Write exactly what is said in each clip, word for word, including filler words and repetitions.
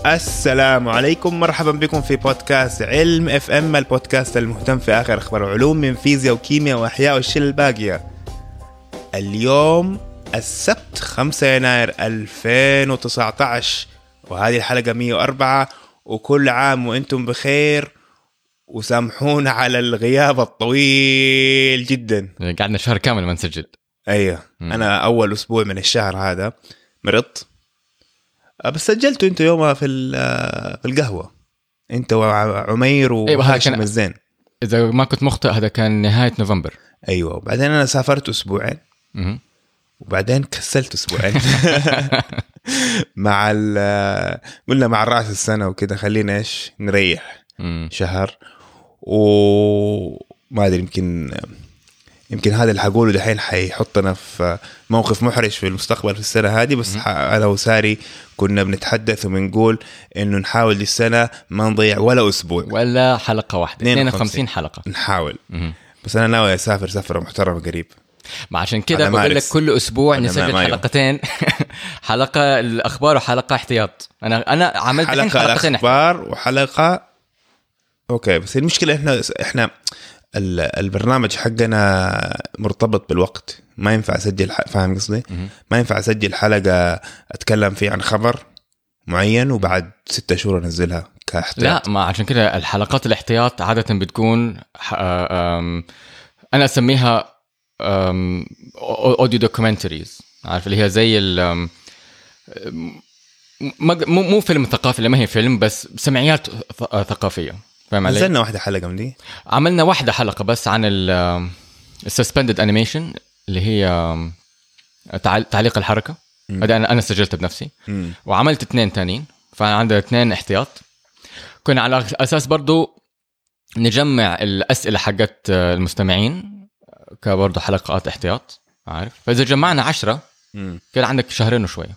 السلام عليكم، مرحبا بكم في بودكاست علم اف ام، البودكاست المهتم في اخر اخبار علوم من فيزياء وكيمياء واحياء والشيء الباقيه. اليوم السبت خمسة يناير ألفين وتسعة عشر وهذه الحلقه مية وأربعة، وكل عام وانتم بخير، وسامحونا على الغياب الطويل جدا. قعدنا شهر كامل ما نسجل. ايوه م. انا اول اسبوع من الشهر هذا مرضت، بس سجلتوا انتوا يومها في في القهوه انت وعمير وهاشم الزين. اذا ما كنت مخطئ هذا كان نهايه نوفمبر. ايوه، وبعدين انا سافرت اسبوعين م- وبعدين كسلت اسبوعين مع قلنا مع راس السنه وكده خلينا ايش نريح م- شهر، وما ادري يمكن يمكن هذا اللي حقوله دحين حيحطنا في موقف محرج في المستقبل في السنة هذه. بس أنا وساري كنا بنتحدث وبنقول إنه نحاول السنة ما نضيع ولا أسبوع ولا حلقة واحدة، اثنين وخمسين حلقة نحاول. م- بس أنا ناوي أسافر سفرة محترمة قريب، ما عشان كده بقول لك كل أسبوع نسجل حلقتين حلقة الأخبار وحلقة احتياط. أنا أنا عملت حلقة الأخبار وحلقة أوكي. بس المشكلة إحنا إحنا البرنامج حقنا مرتبط بالوقت، ما ينفع أسجل، فاهم قصدي؟ ما ينفع أسجل حلقة أتكلم فيه عن خبر معين وبعد ستة شهور أنزلها كاحتياط. لا، ما عشان كده الحلقات الاحتياط عادة بتكون أنا أسميها أوديو دوكومنتريز، عارف اللي هي زي ال مو مو فيلم ثقافي، اللي ما هي فيلم بس سمعيات ثقافية. نزلنا واحدة حلقة من دي، عملنا واحدة حلقة بس عن ال suspended animation اللي هي تعليق الحركة. هذا أنا أنا سجلت بنفسي م. وعملت اثنين تانيين، فعندنا اثنين احتياط. كنا على أساس برضو نجمع الأسئلة حقت المستمعين كبرضو حلقات احتياط، عارف. فإذا جمعنا عشرة كده عندك شهرين وشوية.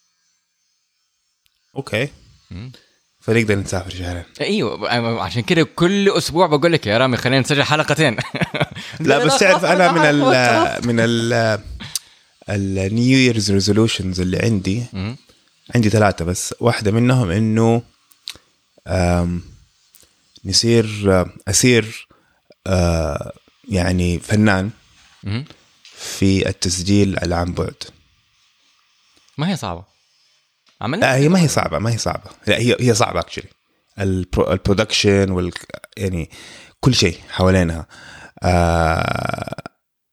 أوكي م. فنقدر نسافر شهرين. ايوه، عشان كده كل اسبوع بقول لك يا رامي خلينا نسجل حلقتين. لا بس تعرف انا من ال من ال النيو ييرز ريزولوشنز اللي عندي م- عندي ثلاثة بس. واحدة منهم انه نصير اسير يعني فنان م- في التسجيل على عن بعد. ما هي صعبة. لا هي ما هي صعبة، ما هي صعبة، لا هي هي صعبة اكشلي. البرودكشن وال يعني كل شيء حوالينها. آه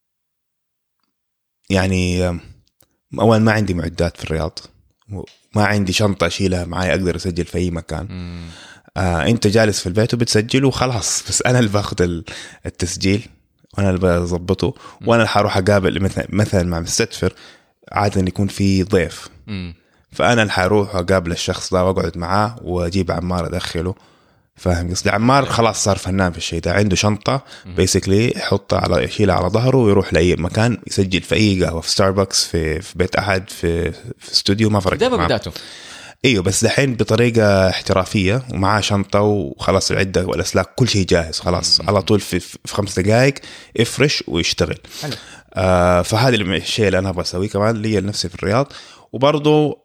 يعني أولا ما عندي معدات في الرياض، ما عندي شنطة أشيلها معي أقدر أسجل في أي مكان. آه أنت جالس في البيت وبتسجل وخلاص، بس أنا اللي باخذ التسجيل وأنا اللي بضبطه، وأنا اللي حروح أقابل مثلا مثلا مع مستدفر عادة يكون في ضيف، م- فأنا اللي حروح أقابل الشخص ده وأقعد معاه وأجيب عمار أدخله. فاهم قصدي؟ عمار خلاص صار فنان في الشيء ده، عنده شنطة بيسكلي يحطها على يشيلها على ظهره ويروح لأي مكان يسجل في أي قهوة، في ستاربكس، في في بيت أحد، في في استوديو، ما فرق معه. ايوه بس دحين بطريقة احترافية ومعاه شنطة وخلاص العدة والأسلاك كل شيء جاهز خلاص، على طول في في خمس دقائق افرش ويشتغل. آه فهذا الشيء اللي أنا أبغى أسويه كمان لي لنفسي في الرياض. وبرضو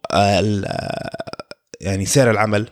يعني سير العمل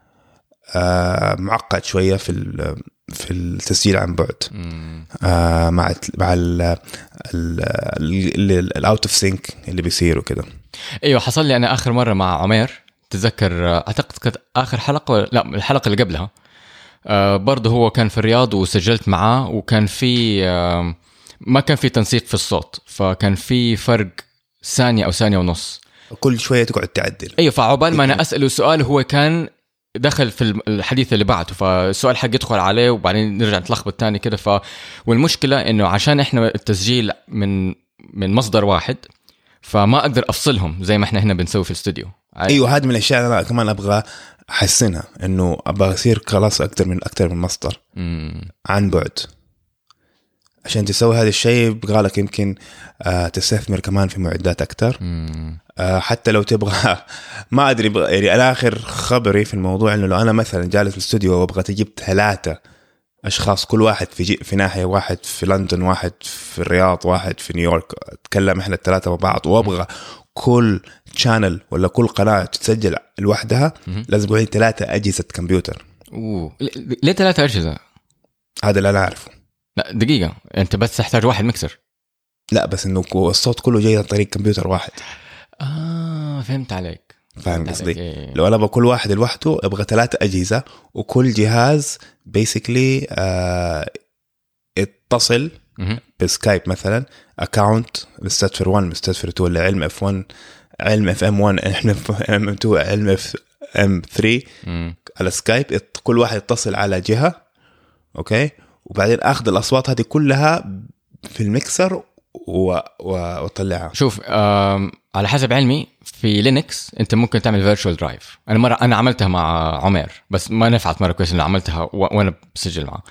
معقد شوية في في التسجيل عن بعد، مع مع الاوت اوف سينك اللي بيصير وكده. ايوه حصل لي انا اخر مرة مع عمير، تذكر اعتقد كانت اخر حلقة، لا الحلقة اللي قبلها برضه هو كان في الرياض وسجلت معاه، وكان في ما كان في تنسيق في الصوت، فكان في فرق ثانية او ثانية ونص، كل شوية تقعد تعدل. ايوه فعقبال ما انا اساله سؤال هو كان دخل في الحديث اللي بعده، فالسؤال حق يدخل عليه وبعدين نرجع نتلخبط تاني كده. ف والمشكله انه عشان احنا التسجيل من من مصدر واحد، فما اقدر افصلهم زي ما احنا هنا بنسوي في الاستوديو. ايوه هذه من الاشياء اللي انا كمان ابغى احسنها، انه ابغى اصير خلاص اكثر من اكثر من مصدر مم. عن بعد. عشان تسوي هذا الشيء بقالك يمكن آه تستثمر كمان في معدات أكتر. آه حتى لو تبغى ما أدري يعني أنا آخر خبري في الموضوع إنه لو أنا مثلا جالس في الاستوديو وأبغى تجيب ثلاثة اشخاص كل واحد في جي في ناحيه، واحد في لندن، واحد في الرياض، واحد في نيويورك، اتكلم احنا الثلاثه مع بعض، وابغى كل شانل ولا كل قناه تسجل لوحدها، لازم يكون عندي ثلاثه اجهزه كمبيوتر. اوه ليه ثلاثه اجهزه؟ هذا اللي انا اعرفه. لا دقيقه، انت بس تحتاج واحد مكسر. لا بس انه الصوت كله جاي عن طريق كمبيوتر واحد. اه فهمت عليك. فاهم قصدي؟ إيه. لو انا ابغى كل واحد لوحده ابغى ثلاثة اجهزه، وكل جهاز بيسكلي آه اتصل م- بسكايب مثلا اكاونت مستدفر واحد مستدفر اثنين ولا علم اف واحد علم اف ام واحد علم اف ام اثنين علم اف ام ثلاثة م- على سكايب. كل واحد يتصل على جهه، اوكي، وبعدين اخذ الاصوات هذه كلها في الميكسر واطلعها. شوف على حسب علمي في لينكس انت ممكن تعمل فيرتشوال درايف. انا مره انا عملتها مع عمر بس ما نفعت مره كويس، اللي عملتها وانا بسجل معه.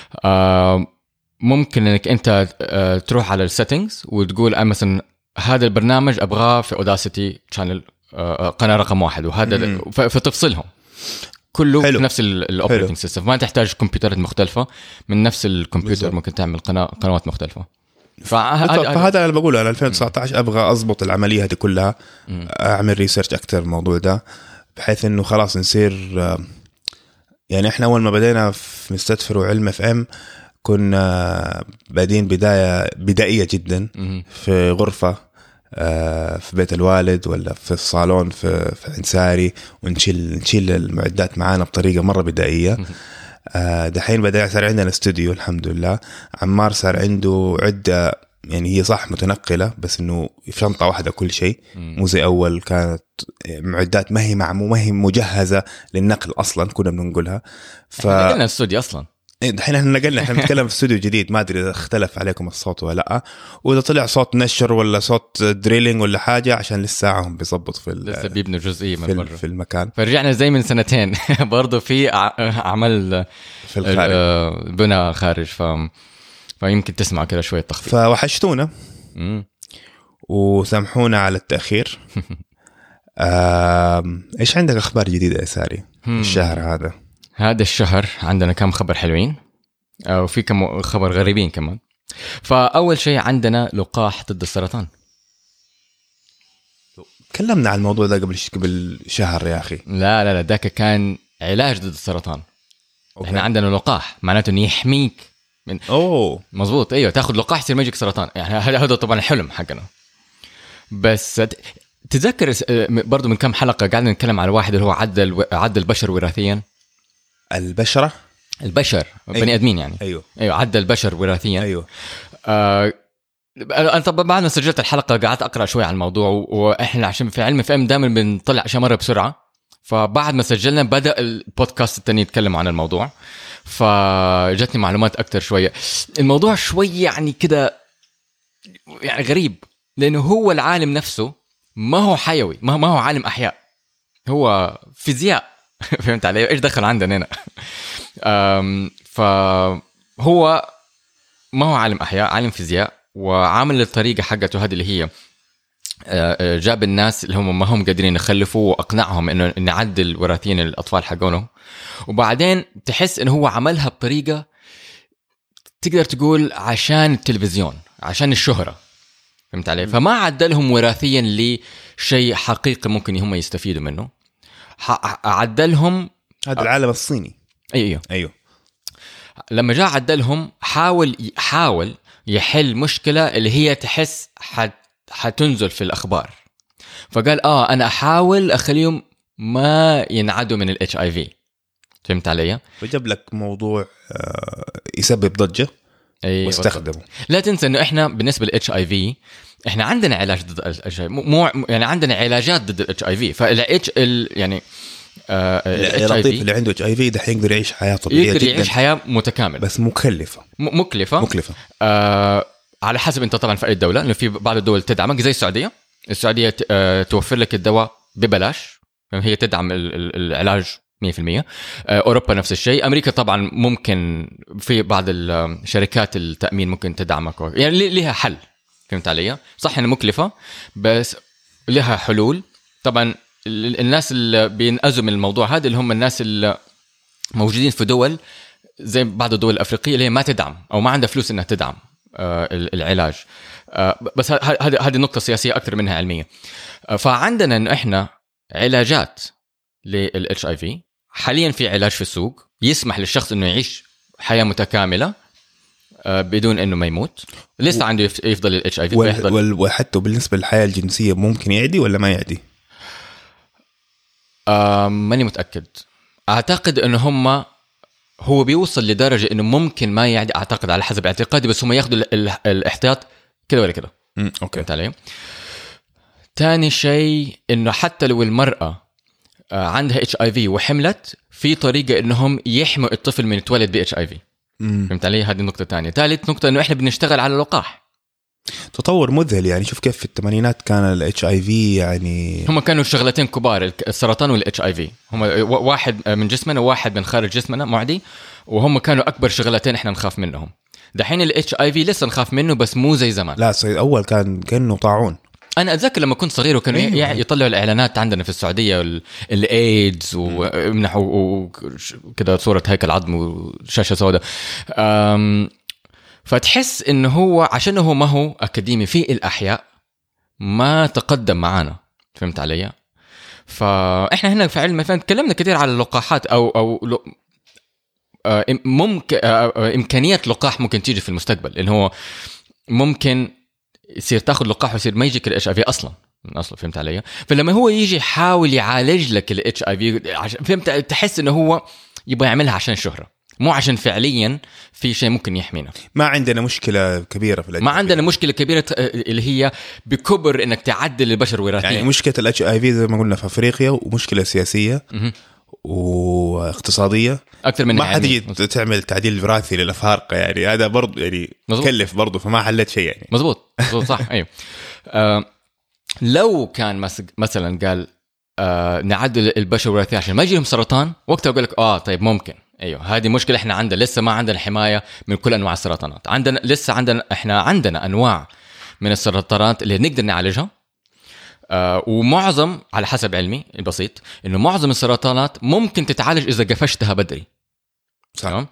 ممكن انك انت تروح على السيتنجز وتقول انا مثلا هذا البرنامج ابغاه في اوداسيتي شانل قناه رقم واحد، وهذا فتفصلهم كله حلو. في نفس الاوبريتنج سيستم، ما تحتاج كمبيوترات مختلفه من نفس الكمبيوتر بالزبط. ممكن تعمل قناه قنوات مختلفه. فهذا أنا بقوله. أنا ألفين وتسعة عشر أبغى أضبط العملية هذه كلها، أعمل ريسيرش أكتر الموضوع ده بحيث إنه خلاص نصير. يعني إحنا أول ما بدينا في مستدفر وعلم اف ام كنا بادين بداية بدائية جدا في غرفة في بيت الوالد ولا في الصالون في في عنساري، ونشيل نشيل المعدات معانا بطريقة مرة بدائية. دحين بدأ صار عندنا استوديو الحمد لله. عمار صار عنده عدة، يعني هي صح متنقلة بس إنه في شنطة واحدة كل شيء، مو زي أول كانت معدات ما هي معمو ما هي مجهزة للنقل أصلا كنا بننقلها. ف نقلنا الاستوديو أصلا. دحين احنا نقلنا، احنا بنتكلم في استوديو جديد، ما ادري اذا اختلف عليكم الصوت ولا لا، واذا طلع صوت نشر ولا صوت دريلينج ولا حاجه عشان لسه هم بيظبط في لسه بيبنوا جزئيه من بره في المكان. فرجعنا زي من سنتين برضه في عمل في الخارج بنا خارج، ف فيمكن تسمع كده شويه تخفيف. فوحشتونا وسامحونا على التاخير. ايش عندك اخبار جديده يا ساري الشهر هذا؟ هذا الشهر عندنا كم خبر حلوين وفي كم خبر غريبين كمان. فأول شيء عندنا لقاح ضد السرطان. تكلمنا عن الموضوع ده قبل قبل شهر يا أخي. لا لا لا ذاك كان علاج ضد السرطان. أوكي. احنا عندنا لقاح معناته انه يحميك من اوه مزبوط. ايوه تاخذ لقاح يصير ما يجيك سرطان. يعني هذا طبعا الحلم حقنا. بس تتذكر برضو من كم حلقة قاعدين نتكلم على واحد اللي هو عدل عدل البشر وراثيا. البشرة البشر أيوه. بني ادمين يعني. ايوه ايوه عدل البشر وراثيا. ايوه آه انا طبعا بعد ما سجلت الحلقه قعدت اقرا شوي عن الموضوع، واحنا عشان في علم اف ام دائما بنطلع اشياء مره بسرعه، فبعد ما سجلنا بدا البودكاست الثاني يتكلم عن الموضوع، فجتني معلومات اكثر شويه. الموضوع شوي يعني كده يعني غريب، لانه هو العالم نفسه ما هو حيوي، ما هو عالم احياء، هو فيزياء. فهمت علي ايش دخل عندنا هنا؟ فهو ما هو عالم احياء، عالم فيزياء، وعامل الطريقه حقته هذه اللي هي جاب الناس اللي هم ما هم قادرين يخلفوا واقنعهم انه نعدل وراثين الاطفال حقونه، وبعدين تحس انه هو عملها بطريقه تقدر تقول عشان التلفزيون، عشان الشهره. فهمت علي؟ فما عدلهم وراثيا لشيء حقيقي ممكن هم يستفيدوا منه، عدلهم هذا العالم الصيني. ايوه ايوه لما جاء عدلهم حاول حاول يحل مشكله اللي هي تحس حت حتنزل في الاخبار، فقال اه انا احاول اخليهم ما ينعدوا من الاتش اي في. فهمت علي؟ وجاب لك موضوع يسبب ضجه. أيوة. واستخدمه. لا تنسى انه احنا بالنسبه للاتش اي في احنا عندنا علاج ضد الاتش اي في، مو يعني عندنا علاجات ضد الاتش اي في. فالاتش يعني اللطيف اللي عنده اتش اي في ده يقدر يعيش حياه طبيعيه يقدر جدا، يعيش حياه متكامله بس مكلفه م- مكلفه مكلفه آه على حسب انت طبعا في اي دوله، لانه في بعض الدول تدعمك زي السعوديه. السعوديه آه توفر لك الدواء ببلاش، هي تدعم العلاج مية بالمية. أوروبا نفس الشيء. أمريكا طبعا ممكن في بعض الشركات التأمين ممكن تدعمك، يعني لها حل. فهمت علي؟ صح إنها مكلفة بس لها حلول. طبعا الناس اللي بينأذوا من الموضوع هذا اللي هم الناس اللي موجودين في دول زي بعض الدول الافريقيه اللي ما تدعم او ما عندها فلوس انها تدعم العلاج. بس هذه هذه نقطه سياسيه اكثر منها علميه. فعندنا انه احنا علاجات للاتش اي في حاليا، في علاج في السوق يسمح للشخص انه يعيش حياه متكامله بدون انه ما يموت. لسه عنده يفضل الاتش اي في وال... وحتى بالنسبه للحياه الجنسيه ممكن يعدي ولا ما يعدي؟ آه ماني متاكد. اعتقد انه هم هو بيوصل لدرجه انه ممكن ما يعدي، اعتقد على حسب اعتقادي، بس هم ياخذوا الاحتياط كده ولا كده. اوكي علي. تاني شيء انه حتى لو المراه عندها اتش اي في وحملت، في طريقه انهم يحموا الطفل من يتولد باتش اي في. فهمت علي؟ هذه النقطه الثانيه. ثالث نقطه انه احنا بنشتغل على اللقاح. تطور مذهل يعني. شوف كيف في الثمانينات كان الاتش اي في يعني هم كانوا شغلتين كبار، السرطان والاتش اي في. هم واحد من جسمنا وواحد من خارج جسمنا معدي، وهم كانوا اكبر شغلتين احنا نخاف منهم. دحين الاتش اي في لسه نخاف منه بس مو زي زمان. لا صحيح. اول كان كانه طاعون. انا اتذكر لما كنت صغير وكانوا أيوة. يطلعوا الاعلانات عندنا في السعوديه الايدز ومنحوا وكذا صوره هيكل عظم وشاشه سوداء. فتحس انه هو عشان هو ما هو اكاديمي في الاحياء ما تقدم معانا. فهمت علي؟ فاحنا هنا في علم الفن تكلمنا كثير على اللقاحات او او ممكن امكانيه لقاح ممكن تيجي في المستقبل، انه هو ممكن يصير تاخذ لقاح ويصير ما يجيك الاتش اي في اصلا من اصله. فهمت علي؟ فلما هو يجي يحاول يعالج لك الاتش اي في، فهمت، تحس انه هو يبغى يعملها عشان شهره، مو عشان فعليا في شيء ممكن يحمينا. ما عندنا مشكله كبيره في الاتش ما عندنا مشكله كبيره اللي هي بكبر انك تعدل البشر وراثيا. يعني مشكله الاتش اي في زي ما قلنا في افريقيا، ومشكله سياسيه م- واقتصاديه اكثر من ما حد يجي تعمل تعديل وراثي للافارقه. يعني هذا برضه يعني كلف برضه، فما حلت شيء يعني. مزبوط مزبوط صح. ايوه. آه لو كان مثلا قال آه نعدل البشر وراثيا عشان ما يجيهم سرطان، وقتها اقول لك اه طيب ممكن. ايوه هذه مشكله احنا عندنا، لسه ما عندنا حمايه من كل انواع السرطانات. عندنا لسه عندنا احنا عندنا انواع من السرطانات اللي نقدر نعالجها. آه ومعظم على حسب علمي البسيط انه معظم السرطانات ممكن تتعالج اذا قفشتها بدري. تمام.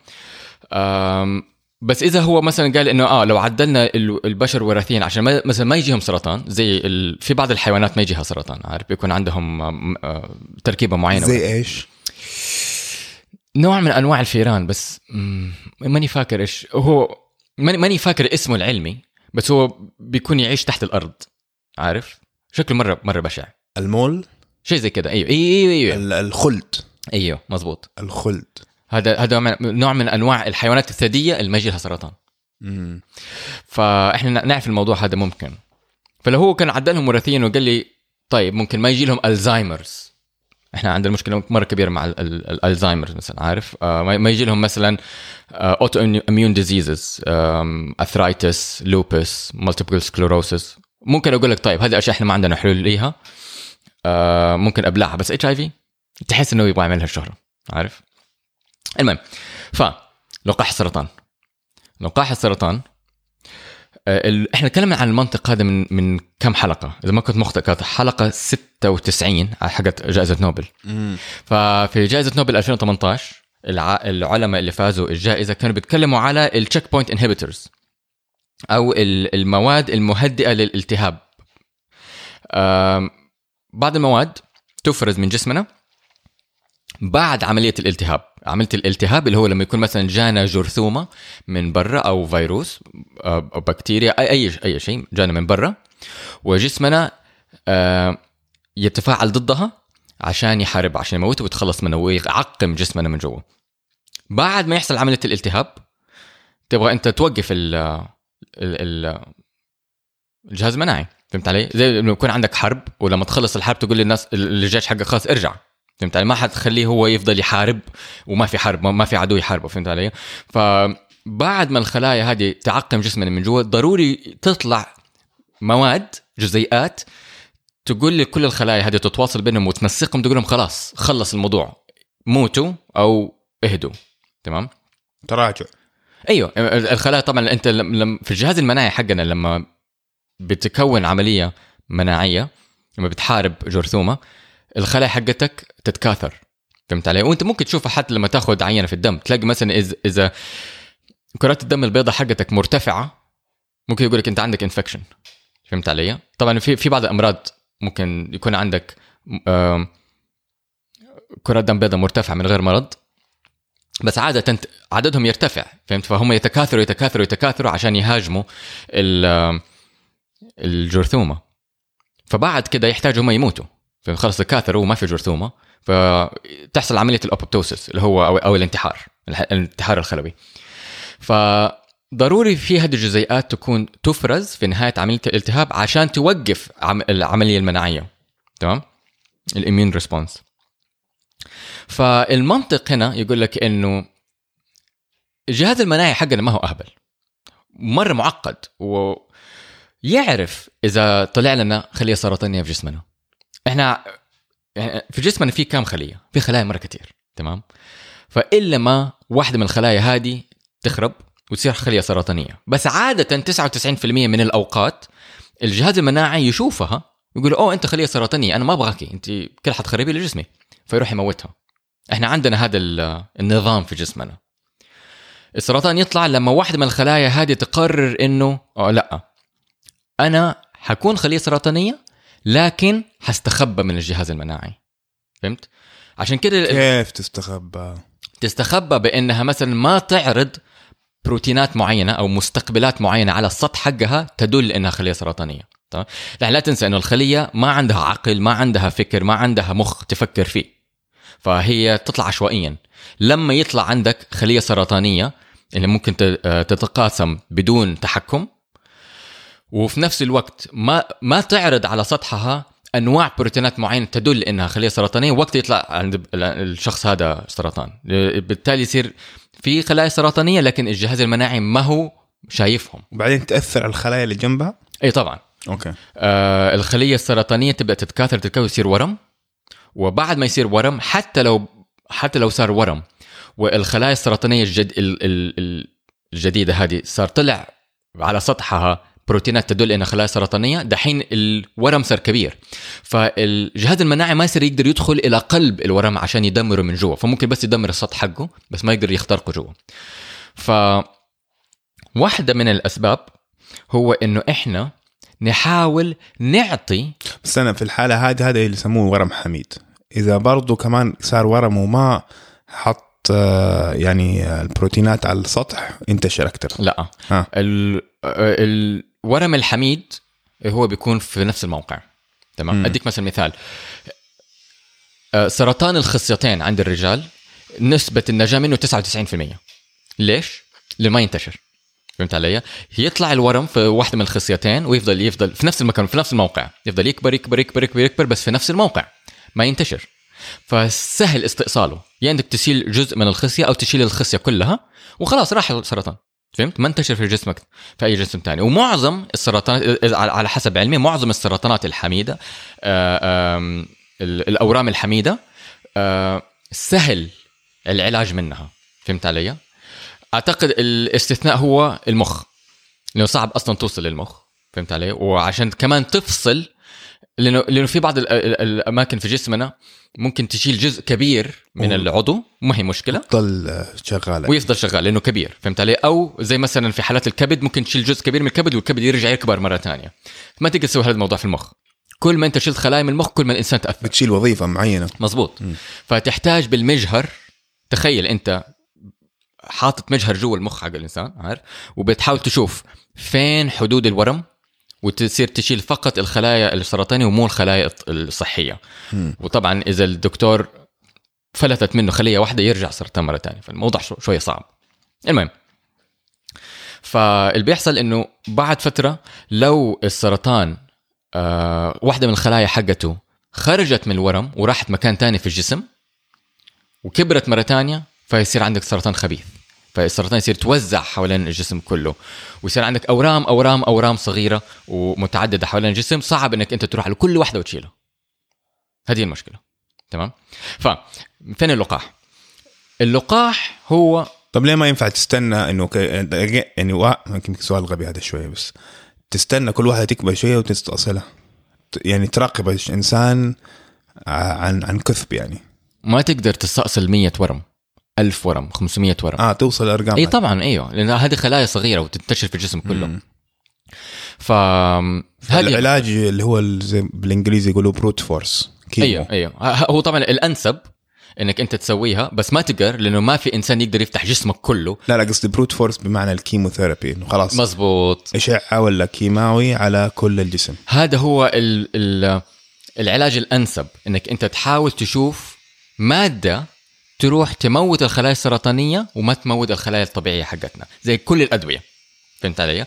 بس اذا هو مثلا قال انه اه لو عدلنا البشر وراثيا عشان ما مثلا ما يجيهم سرطان، زي ال... في بعض الحيوانات ما يجيها سرطان، عارف، بيكون عندهم آه تركيبه معينه. زي ايش؟ نوع من انواع الفيران، بس ماني فاكر ايش هو، ماني فاكر اسمه العلمي، بس هو بيكون يعيش تحت الارض، عارف، شكله مره مره بشع. المول شيء زي كده. ايوه ايوه ايوه الخلد. ايوه مزبوط الخلد. هذا هذا نوع من انواع الحيوانات الثديه اللي ما يجي لها سرطان. امم فاحنا نعرف الموضوع هذا ممكن. فلو هو كان عدلهم وراثيا وقال لي طيب ممكن ما يجي لهم الزهايمرز، احنا عندنا مشكله مره كبيره مع الالزهايمر مثلا، عارف، آه ما يجي لهم مثلا اوتو اميون ديزيزز، اثرايتس، لوبس، مالتيبل سكليروسيس، ممكن اقول لك طيب هذه اشياء احنا ما عندنا حلول ليها، آه ممكن ابلعها. بس اتش اي في تحس انه يبغى يعملها الشهره، عارف. المهم، فلقاح السرطان لقاح السرطان آه احنا تكلمنا عن المنطق هذا من من كم حلقه، اذا ما كنت مخطئ كانت حلقه ستة وتسعين على حقت جائزه نوبل. مم. ففي جائزه نوبل ألفين وثمانية عشر العلماء اللي فازوا الجائزه كانوا بيتكلموا على التشيك بوينت انهبيتورز، او المواد المهدئه للالتهاب. بعض المواد تفرز من جسمنا بعد عمليه الالتهاب. عمليه الالتهاب اللي هو لما يكون مثلا جانا جرثومه من برا، او فيروس او بكتيريا، اي اي اي شيء جانا من برا، وجسمنا يتفاعل ضدها عشان يحارب، عشان يموت ويتخلص منه ويعقم جسمنا من جوا. بعد ما يحصل عمليه الالتهاب تبغى انت توقف ال الجهاز المناعي. فهمت علي؟ زي لما يكون عندك حرب ولما تخلص الحرب تقول للناس الجيش حقك خلاص ارجع. فهمت علي؟ ما حد تخليه هو يفضل يحارب وما في حرب، ما في عدو يحاربه. فهمت علي؟ فبعد ما الخلايا هذه تعقم جسمنا من جوا، ضروري تطلع مواد، جزيئات، تقول لكل الخلايا هذه تتواصل بينهم وتنسقهم، تقول لهم خلاص خلص الموضوع، موتوا او اهدوا. تمام؟ تراجع. ايوه الخلايا طبعا انت لما في الجهاز المناعي حقنا لما بتكون عمليه مناعيه، لما بتحارب جرثومه، الخلايا حقتك تتكاثر، فهمت علي؟ وانت ممكن تشوفها حتى لما تاخذ عينه في الدم، تلاقي مثلا اذا اذا كرات الدم البيضاء حقتك مرتفعه ممكن يقول لك انت عندك انفكشن. فهمت علي؟ طبعا في في بعض الامراض ممكن يكون عندك كرات دم بيضاء مرتفعه من غير مرض، بس عاده عددهم يرتفع. فهمت؟ فهم يتكاثروا يتكاثروا يتكاثروا عشان يهاجموا الجرثومه، فبعد كده يحتاجوا هم يموتوا. فخلص تكاثروا وما في جرثومه، فتحصل عمليه الابوبتوسيس اللي هو او, أو الانتحار الانتحار الخلوي. فضروري في هذه الجزيئات تكون تفرز في نهايه عمليه الالتهاب عشان توقف العمليه المناعيه. تمام؟ الاميون ريسبونس. فالمنطق هنا يقول لك انه الجهاز المناعي حقنا ما هو اهبل، مره معقد، ويعرف اذا طلع لنا خليه سرطانيه في جسمنا. احنا في جسمنا في كام خليه؟ في خلايا مره كتير. تمام؟ فإلا ما واحده من الخلايا هذه تخرب وتصير خليه سرطانيه، بس عاده تسعة وتسعين بالمئة من الاوقات الجهاز المناعي يشوفها يقول اوه انت خليه سرطانيه، انا ما ابغاكي، انت كل حتخربي لي جسمي، فيروح يموتها. احنا عندنا هذا النظام في جسمنا. السرطان يطلع لما واحده من الخلايا هذه تقرر انه أو لا، انا حكون خليه سرطانيه لكن حستخبى من الجهاز المناعي. فهمت؟ عشان كده كيف تستخبى؟ تستخبى بانها مثلا ما تعرض بروتينات معينه او مستقبلات معينه على السطح حقها تدل انها خليه سرطانيه. طيب لا تنسى انه الخليه ما عندها عقل، ما عندها فكر، ما عندها مخ تفكر فيه، فهي تطلع عشوائيا. لما يطلع عندك خليه سرطانيه اللي ممكن تتقاسم بدون تحكم، وفي نفس الوقت ما ما تعرض على سطحها انواع بروتينات معينه تدل انها خليه سرطانيه، وقت يطلع عند الشخص هذا سرطان، بالتالي يصير في خلايا سرطانيه لكن الجهاز المناعي ما هو شايفهم. وبعدين تاثر على الخلايا اللي جنبها. اي طبعا. اوكي. آه الخليه السرطانيه تبدا تتكاثر تتكون يصير ورم، وبعد ما يصير ورم حتى لو حتى لو صار ورم والخلايا السرطانيه الجد الجديده هذه صار طلع على سطحها بروتينات تدل انها خلايا سرطانيه، دحين الورم صار كبير، فالجهاز المناعي ما يصير يقدر يدخل الى قلب الورم عشان يدمره من جوا، فممكن بس يدمر السطح حقه بس ما يقدر يخترقه جوا. ف واحده من الاسباب هو انه احنا نحاول نعطي. بس انا في الحاله هذه هذا اللي يسموه ورم حميد، اذا برضو كمان صار ورم وما حط يعني البروتينات على السطح انتشر اكتر. لا ها. الورم الحميد هو بيكون في نفس الموقع. تمام. اديك مثلا مثال، سرطان الخصيتين عند الرجال نسبه النجاه منه تسعة وتسعين بالمئة. ليش؟ لانه ما ينتشر. فهمت علي؟ يطلع الورم في واحده من الخصيتين ويفضل يفضل في نفس المكان في نفس الموقع، يفضل يكبر يكبر يكبر يكبر, يكبر بس في نفس الموقع ما ينتشر، فسهل استئصاله. يعني عندك تشيل جزء من الخصيه او تشيل الخصيه كلها وخلاص راح السرطان. فهمت؟ ما انتشر في جسمك في اي جسم تاني. ومعظم السرطانات على حسب علمي معظم السرطانات الحميده آآ الاورام الحميده سهل العلاج منها. فهمت علي؟ اعتقد الاستثناء هو المخ، لانه صعب اصلا توصل للمخ. فهمت علي؟ وعشان كمان تفصل، لانه لانه في بعض الاماكن في جسمنا ممكن تشيل جزء كبير من العضو ما هي مشكله، يفضل شغال ويفضل شغال لانه كبير. فهمت علي؟ او زي مثلا في حالات الكبد ممكن تشيل جزء كبير من الكبد والكبد يرجع يكبر مره ثانيه. ما تقدر تسوي هذا الموضوع في المخ. كل ما انت شلت خلايا من المخ كل ما الانسان تاثر، بتشيل وظيفه معينه. مزبوط. م. فتحتاج بالمجهر، تخيل انت حاطط مجهر جوا المخ حق الانسان، عارف، وبتحاول تشوف فين حدود الورم وتصير تشيل فقط الخلايا السرطانية ومو الخلايا الصحية. م. وطبعا إذا الدكتور فلتت منه خلية واحدة يرجع سرطان مرة تانية، فالموضوع شوية صعب. المهم، فاللي بيحصل إنه بعد فترة لو السرطان آه واحدة من الخلايا حقته خرجت من الورم وراحت مكان تاني في الجسم وكبرت مرة تانية، فيصير عندك سرطان خبيث. فالسرطان يصير توزع حوالين الجسم كله، ويصير عندك أورام أورام أورام صغيرة ومتعددة حوالين الجسم، صعب إنك أنت تروح على كل واحدة وتشيلها. هذه المشكلة. تمام. ففين اللقاح؟ اللقاح هو طب ليه ما ينفع تستنى إنه ك... يعني وا... ممكن سؤال غبي هذا شوية، بس تستنى كل واحدة تكبر شوية وتستأصلها، يعني تراقب الإنسان عن عن كثب يعني. ما تقدر تستأصل مية ورم، ألف ورم، خمسمية ورم. اه توصل الارقام. اي طبعا ايوه، لان هذه خلايا صغيره وتنتشر في الجسم كله. فهذا العلاج اللي هو زي بالانجليزي يقولوا بروت فورس. ايوه ايوه هو طبعا الانسب انك انت تسويها، بس ما تقدر لانه ما في انسان يقدر يفتح جسمك كله. لا لا قصدي بروت فورس بمعنى الكيموثيرابي، انه خلاص مزبوط اشعه ولا كيماوي على كل الجسم. هذا هو ال ال العلاج الانسب، انك انت تحاول تشوف ماده تروح تموت الخلايا السرطانيه وما تموت الخلايا الطبيعيه حقتنا، زي كل الادويه. فهمت علي؟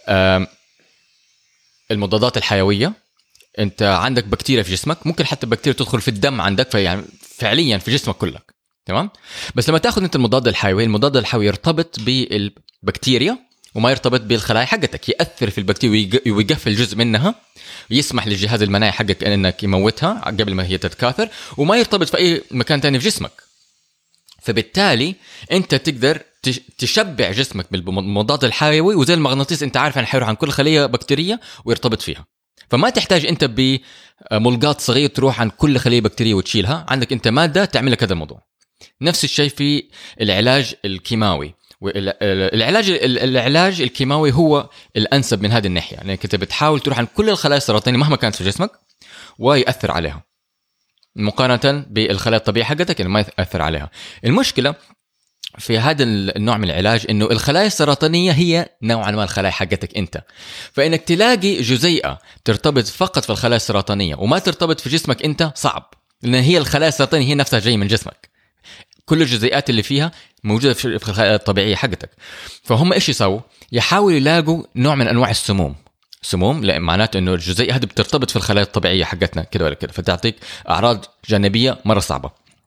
المضادات الحيويه، انت عندك بكتيريا في جسمك، ممكن حتى بكتيريا تدخل في الدم عندك، فيعني فعليا في جسمك كلك. تمام؟ بس لما تاخذ انت المضاد الحيوي، المضاد الحيوي يرتبط بالبكتيريا وما يرتبط بالخلايا حقتك، ياثر في البكتيريا ويقفل جزء منها، ويسمح للجهاز المناعي حقك انك يموتها قبل ما هي تتكاثر، وما يرتبط في اي مكان تاني في جسمك. فبالتالي انت تقدر تشبع جسمك بالمضاد الحيوي، وزي المغناطيس انت عارف ان حيروح عن كل خليه بكتيريه ويرتبط فيها. فما تحتاج انت بملقاط صغير تروح عن كل خليه بكتيريه وتشيلها، عندك انت ماده تعمل لك هذا الموضوع. نفس الشيء في العلاج الكيماوي. العلاج العلاج الكيماوي هو الانسب من هذه الناحيه، لانك يعني انت بتحاول تروح عن كل الخلايا السرطانيه مهما كانت في جسمك ويأثر عليها، مقارنه بالخلايا الطبيعيه حقتك اللي ما يأثر عليها. المشكله في هذا النوع من العلاج انه الخلايا السرطانيه هي نوعا ما الخلايا حقتك انت، فانك تلاقي جزيئه ترتبط فقط في الخلايا السرطانيه وما ترتبط في جسمك انت صعب، لان هي الخلايا السرطانيه هي نفسها جايه من جسمك، كل الجزيئات اللي فيها موجوده في الخلايا الطبيعيه حقتك. فهم ايش يسووا؟ يحاولوا يلاقوا نوع من انواع السموم. سموم لان معناته انه الجزيئه هذه بترتبط في الخلايا الطبيعيه حقتنا كده ولا كده، فتعطيك اعراض جانبيه مره صعبه.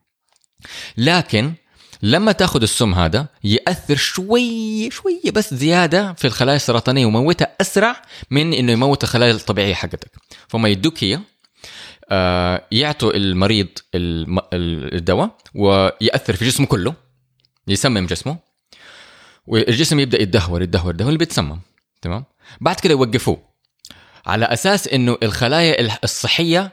لكن لما تاخذ السم هذا يأثر شوي شوي بس زيادة في الخلايا السرطانية وموتها أسرع من إنه يموت الخلايا الطبيعية حقتك. فما يدوك هي يعطوا المريض الدواء ويأثر في جسمه كله، يسمم جسمه، والجسم يبدأ يتدهور يتدهور يتدهور اللي بيتسمم. تمام؟ بعد كده يوقفوه على أساس إنه الخلايا الصحية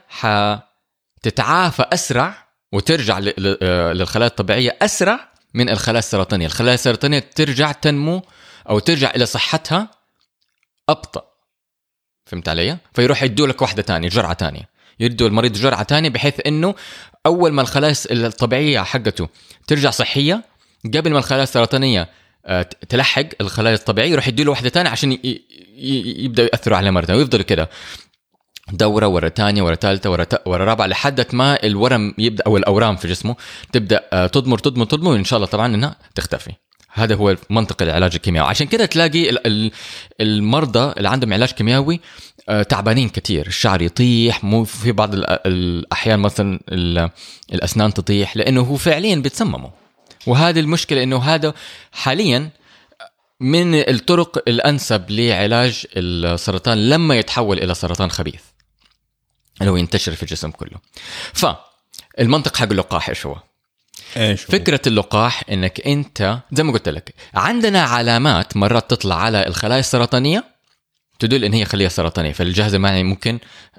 حتتعافى أسرع وترجع للخلايا الطبيعية أسرع من الخلايا السرطانية. الخلايا السرطانية ترجع تنمو أو ترجع إلى صحتها أبطأ. فهمت علي؟ فيروح يدوا لك واحدة تانية، جرعة تانية، يدوا المريض جرعة تانية، بحيث إنه أول ما الخلايا الطبيعية حقته ترجع صحية قبل ما الخلايا السرطانية تلحق الخلايا الطبيعية، يروح يدوا له واحدة تانية عشان يبدأ يأثروا عليها مرة تانية، ويفضل كده دورة ورا تانية ورا ثالثة ورا ورا رابعة لحد ما الورم يبدأ أو الأورام في جسمه تبدأ تضمر تضمر تضمر وإن شاء الله طبعا إنها تختفي. هذا هو منطق العلاج الكيميائي. عشان كده تلاقي المرضى اللي عندهم علاج كيميائي تعبانين كتير، الشعر يطيح، مو في بعض الأحيان مثلا الأسنان تطيح، لأنه هو فعليا بيتسمموا. وهذه المشكلة إنه هذا حاليا من الطرق الأنسب لعلاج السرطان لما يتحول إلى سرطان خبيث اللي هو ينتشر في الجسم كله. فالمنطق حق اللقاح إيش هو؟ إيش فكرة اللقاح إنك أنت زي ما قلت لك عندنا علامات مرات تطلع على الخلايا السرطانية تدل إن هي خلية سرطانية، فالجهاز المناعي ممكن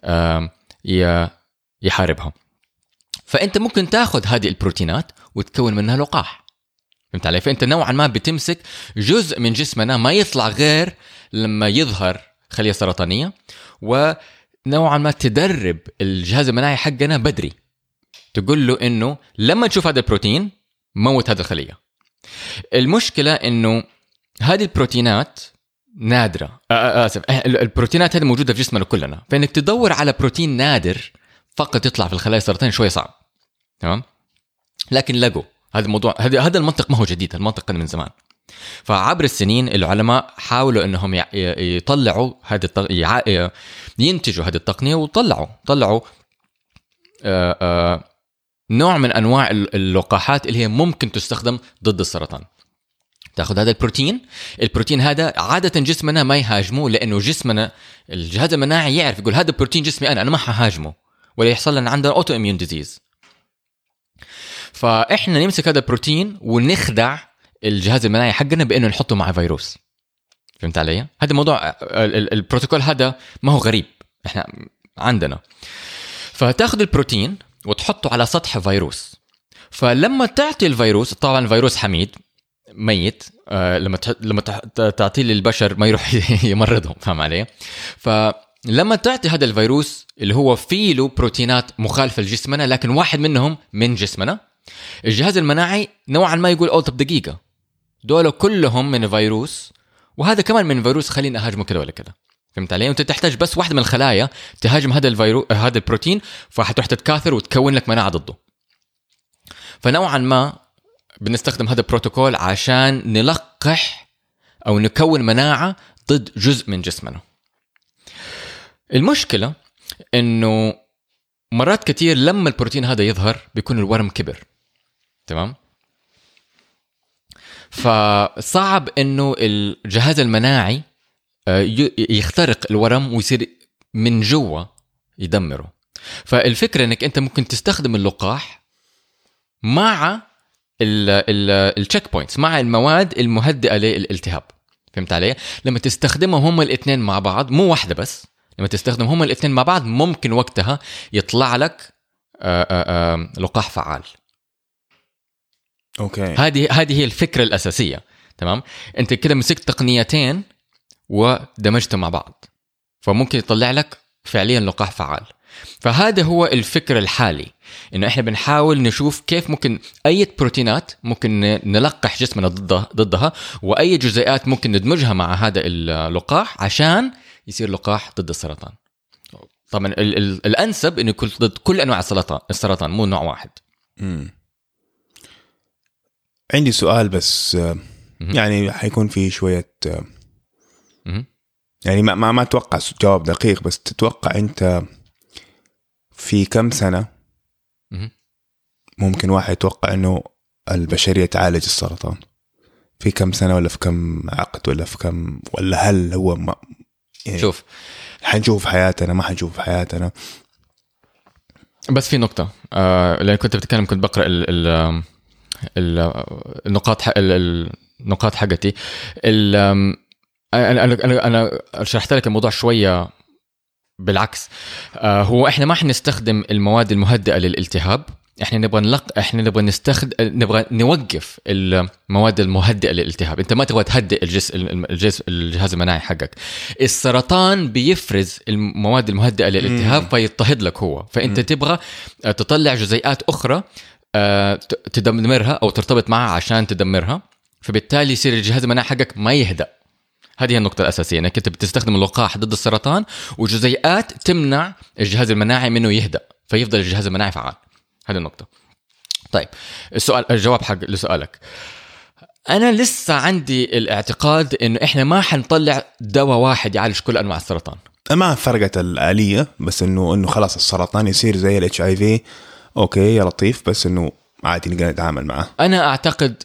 يحاربها. فأنت ممكن تأخذ هذه البروتينات وتكون منها لقاح. فهمت علي؟ فأنت نوعا ما بتمسك جزء من جسمنا ما يطلع غير لما يظهر خلية سرطانية، ونوعا ما تدرب الجهاز المناعي حقنا بدري، تقول له إنه لما تشوف هذا البروتين موت هذا الخلية. المشكلة إنه هذه البروتينات نادرة، آسف البروتينات هذه موجودة في جسمنا كلنا، فإنك تدور على بروتين نادر فقط يطلع في الخلايا السرطانية شوية صعب. تمام؟ لكن لقوا هذا الموضوع، هذا المنطق ما هو جديد، المنطق من زمان. فعبر السنين العلماء حاولوا انهم يطلعوا هذه التق... ينتجوا هذه التقنيه، وطلعوا طلعوا آآ آآ نوع من انواع اللقاحات اللي هي ممكن تستخدم ضد السرطان. تاخذ هذا البروتين، البروتين هذا عاده جسمنا ما يهاجمه، لانه جسمنا الجهاز المناعي يعرف يقول هذا بروتين جسمي انا انا ما ههاجمه ولا يحصل لنا عندنا اوتو اميون ديزيز. فاحنا نمسك هذا البروتين ونخدع الجهاز المناعي حقنا بانه نحطه مع فيروس. فهمت علي؟ هذا الموضوع البروتوكول هذا ما هو غريب، احنا عندنا. فتاخذ البروتين وتحطه على سطح فيروس، فلما تعطي الفيروس، طبعا الفيروس حميد ميت، آه لما تح... لما تح... تعطيه للبشر ما يروح يمرضهم، فاهم علي؟ فلما تعطي هذا الفيروس اللي هو فيه له بروتينات مخالفه لجسمنا لكن واحد منهم من جسمنا، الجهاز المناعي نوعا ما يقول أول طب دقيقه دول كلهم من فيروس وهذا كمان من فيروس، خلينا اهاجمه كده ولا كده. فهمت علي؟ انت تحتاج بس واحده من الخلايا تهاجم هذا الفيروس هذا البروتين فحتروح تتكاثر وتكون لك مناعه ضده. فنوعا ما بنستخدم هذا البروتوكول عشان نلقح او نكون مناعه ضد جزء من جسمنا. المشكله انه مرات كتير لما البروتين هذا يظهر بيكون الورم كبر، تمام؟ فصعب انه الجهاز المناعي يخترق الورم ويصير من جوا يدمره. فالفكرة انك انت ممكن تستخدم اللقاح مع التشيك بوينتس، مع المواد المهدئة للالتهاب. فهمت علي؟ لما تستخدمهم هم الاثنين مع بعض، مو واحدة بس، لما تستخدم هم الاثنين مع بعض ممكن وقتها يطلع لك آآ آآ لقاح فعال. اوكي، هذه هذه هي الفكرة الأساسية. تمام؟ انت كده مسكت تقنيتين ودمجتهم مع بعض، فممكن يطلع لك فعليا لقاح فعال. فهذا هو الفكر الحالي، انه احنا بنحاول نشوف كيف ممكن اي بروتينات ممكن نلقح جسمنا ضدها ضدها واي جزيئات ممكن ندمجها مع هذا اللقاح عشان يصير لقاح ضد السرطان. طبعا ال- ال- الانسب انه يكون ضد كل انواع السرطان السرطان مو نوع واحد. مم. عندي سؤال بس يعني حيكون فيه شوية يعني ما ما ما اتوقع جواب دقيق، بس تتوقع انت في كم سنة ممكن واحد يتوقع انه البشرية تعالج السرطان؟ في كم سنة ولا في كم عقد ولا في كم، ولا هل هو ما يعني شوف حنشوف في حياتنا ما حنشوف في حياتنا؟ بس في نقطة آه لأن كنت بتكلم كنت بقرأ ال ال النقاط حق النقاط حقتي. انا انا انا شرحت لك الموضوع شويه بالعكس. آه هو احنا ما حنستخدم المواد المهدئه للالتهاب، احنا نبغى نلق احنا نبغى نستخدم نبغى نوقف المواد المهدئه للالتهاب. انت ما تبغى تهدئ الجسم الجسم الجهاز المناعي حقك. السرطان بيفرز المواد المهدئه للالتهاب فيضطهد لك هو، فانت تبغى تطلع جزيئات اخرى تدمرها او ترتبط معها عشان تدمرها، فبالتالي يصير الجهاز المناعي حقك ما يهدأ. هذه هي النقطة الأساسية، انك انت بتستخدم اللقاح ضد السرطان وجزيئات تمنع الجهاز المناعي منه يهدأ، فيفضل الجهاز المناعي فعال. هذه النقطة. طيب السؤال الجواب حق لسؤالك، أنا لسه عندي الاعتقاد إنه إحنا ما حنطلع دواء واحد يعالج كل أنواع السرطان. ما فرقت الآلية، بس إنه إنه خلاص السرطان يصير زي ال إتش آي في أوكي يا لطيف، بس إنه عادي نقدر نتعامل معه. أنا أعتقد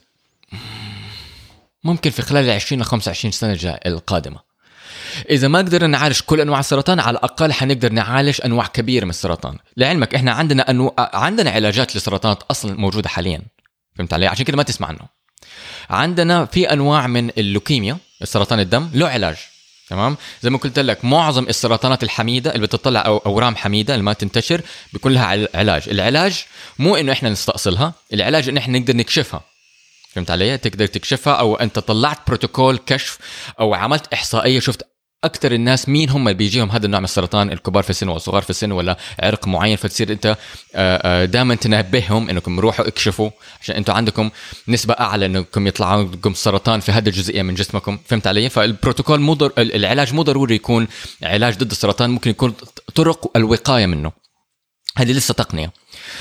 ممكن في خلال العشرين لخمسة وعشرين سنة الجاية القادمة، إذا ما قدرنا نعالج كل أنواع السرطان على الأقل حنقدر نعالج أنواع كبيرة من السرطان. لعلمك إحنا عندنا أنو... عندنا علاجات للسرطانات أصلا موجودة حاليا. فهمت علي؟ عشان كده ما تسمع عنه. عندنا في أنواع من اللوكيميا، السرطان الدم له علاج. تمام؟ زي ما قلت لك معظم السرطانات الحميدة اللي بتطلع أو أورام حميدة اللي ما تنتشر بيكون لها علاج. العلاج مو إنه إحنا نستأصلها، العلاج إنه إحنا نقدر نكشفها. فهمت علي؟ تقدر تكشفها، أو أنت طلعت بروتوكول كشف أو عملت إحصائية شفت أكتر الناس مين هم اللي بيجيهم هذا النوع من السرطان، الكبار في السن والصغار في السن ولا عرق معين، فتصير أنت دائما تنبههم إنكم روحوا اكشفوا عشان أنتوا عندكم نسبة أعلى إنكم يطلعوا لكم سرطان في هذه الجزئية من جسمكم. فهمت علي؟ فالبروتوكول مو در... العلاج مو ضروري يكون علاج ضد السرطان، ممكن يكون طرق الوقاية منه. هذه لسه تقنية.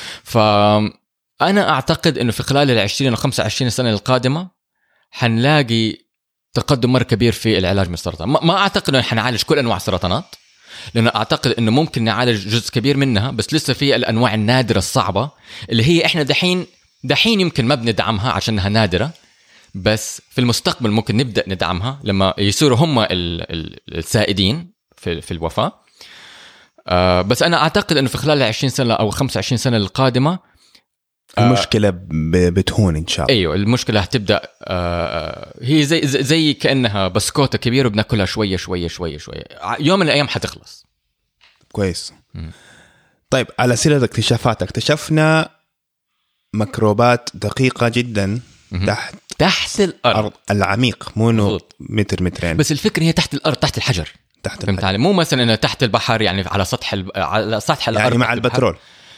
فأنا أعتقد إنه في خلال العشرين وخمسة وعشرين سنة القادمة حنلاقي تقدم مرة كبير في العلاج من السرطان. ما أعتقد أنه حنعالج كل أنواع السرطانات، لأنه أعتقد أنه ممكن نعالج جزء كبير منها، بس لسه في الأنواع النادرة الصعبة اللي هي إحنا دحين دحين يمكن ما بندعمها عشانها نادرة، بس في المستقبل ممكن نبدأ ندعمها لما يصيروا هم السائدين في في الوفاة. أه بس أنا أعتقد أنه في خلال عشرين سنة أو خمسة وعشرين سنة القادمة المشكلة بتهون إن شاء الله. أيوة المشكلة هتبدأ آه هي زي زي كأنها بسكوتة كبيرة وبناكلها شوية شوية شوية شوية، يوم من الأيام حتخلص. كويس. م. طيب على سيرة اكتشافات، اكتشفنا ميكروبات دقيقة جدا تحت تحت الأرض العميق، مو إنه متر مترين. بس الفكرة هي تحت الأرض، تحت الحجر، تحت فهمت علي؟ مو مثلا إنه تحت البحر، يعني على سطح ال... على سطح الأرض يعني مع البترول.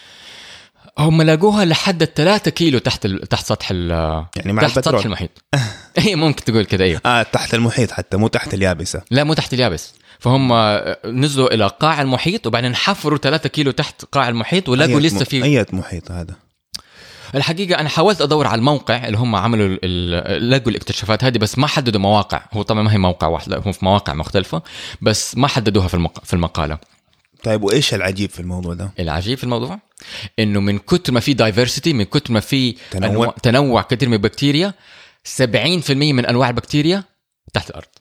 هم لاقوها لحد الثلاثة كيلو تحت ال... تحت سطح ال... يعني مع تحت البترول. سطح المحيط. هي ممكن تقول كده. ايوه اه تحت المحيط حتى، مو تحت اليابسة. لا مو تحت اليابس. فهم نزلوا الى قاع المحيط وبعدين حفروا ثلاثة كيلو تحت قاع المحيط ولقوا لسه في اي محيط هذا. الحقيقة أنا حاولت أدور على الموقع اللي هم عملوا ال... لقوا الاكتشافات هذه، بس ما حددوا مواقع. هو طبعا ما هي موقع واحد، هم في مواقع مختلفة بس ما حددوها في المق... في المقالة. طيب وإيش العجيب في الموضوع ده؟ العجيب في الموضوع إنه من كتر ما في دايفرسيتي، من كتر ما في تنوع أنواع... تنوع كثير من البكتيريا، سبعين في المية من أنواع البكتيريا تحت الأرض.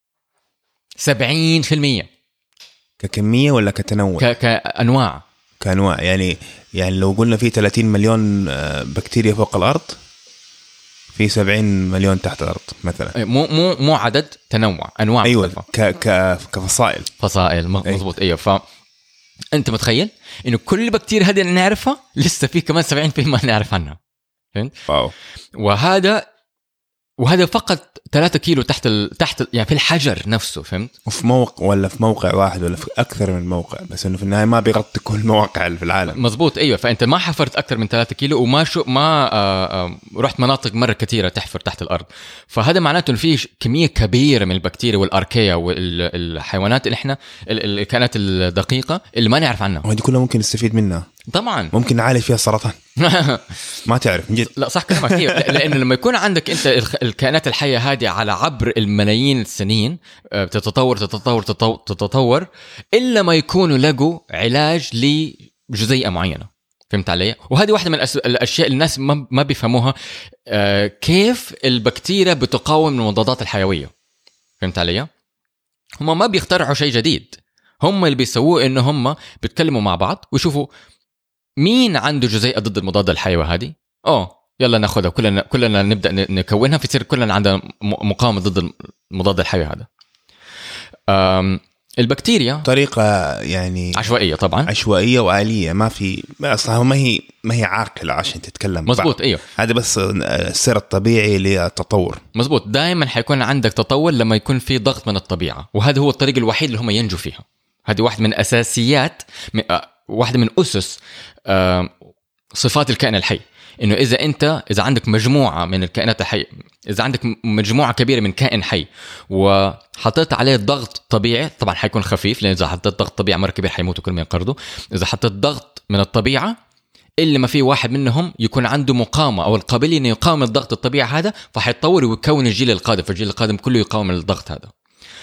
سبعين في المية ككمية ولا كتنوع؟ ك... كأنواع كأنواع. يعني يعني لو قلنا في ثلاثين مليون بكتيريا فوق الأرض، في سبعين مليون تحت الأرض مثلا. مو مو مو عدد، تنوع، أنواع. أيوة ك ك كفصائل. فصائل مضبوط. أيوة. ف أنت متخيل إنه كل البكتيريا هذه اللي نعرفها لسه في كمان سبعين في المية ما نعرف عنها. فهمت؟ واو. وهذا وهذا فقط ثلاثة كيلو تحت ال... تحت ال... يعني في الحجر نفسه. فهمت؟ وفي موقع ولا في موقع واحد ولا في أكثر من موقع، بس إنه في النهاية ما بيغطي كل المواقع اللي في العالم. مزبوط. أيوة. فأنت ما حفرت أكثر من ثلاثة كيلو وما شو ما آآ آآ رحت مناطق مرة كثيرة تحفر تحت الأرض. فهذا معناته إنه في كمية كبيرة من البكتيريا والأركيا والحيوانات اللي إحنا الكائنات الدقيقة اللي ما نعرف عنها. وهذه كلها ممكن نستفيد منها طبعا. ممكن نعالج فيها السرطان. ما تعرف جد. لا صح كلامك. لأنه لما يكون عندك أنت الكائنات الحية هذه على عبر الملايين السنين تتطور تتطور تتطور, تتطور إلا ما يكونوا لقوا علاج لجزيئة معينة. فهمت علي؟ وهذه واحدة من الأشياء الناس ما بيفهموها، كيف البكتيريا بتقاوم المضادات الحيوية. فهمت علي؟ هم ما بيخترعوا شيء جديد، هم اللي بيسووه إنه هم بيتكلموا مع بعض ويشوفوا مين عنده جزيئة ضد المضاد الحيوي هذه. أوه يلا ناخذها كلنا كلنا نبدأ نكونها، في تصير كلنا عندنا مقاومة ضد المضاد الحيوي هذا. البكتيريا طريقة يعني عشوائية طبعا، عشوائية وآلية، ما في أصلا ما هي ما هي عاقلة عشان تتكلم. مزبوط. أيوه هذا بس السير الطبيعي للتطور. مزبوط. دائما حيكون عندك تطور لما يكون في ضغط من الطبيعة، وهذا هو الطريق الوحيد اللي هم ينجوا فيها. هذه واحدة من أساسيات، واحدة من أسس صفات الكائن الحي، إنه إذا أنت إذا عندك مجموعة من الكائنات الحية، إذا عندك مجموعة كبيرة من كائن حي وحطيت عليه ضغط طبيعي، طبعا حيكون خفيف لأن إذا حطيت ضغط طبيعي مرة كبير حيموتوا كل ما ينقرضوا. إذا حطيت ضغط من الطبيعة إلا ما في واحد منهم يكون عنده مقاومة أو القابلية إنه يقاوم الضغط الطبيعي هذا، فحيتطور ويكون الجيل القادم، فالجيل القادم كله يقاوم الضغط هذا.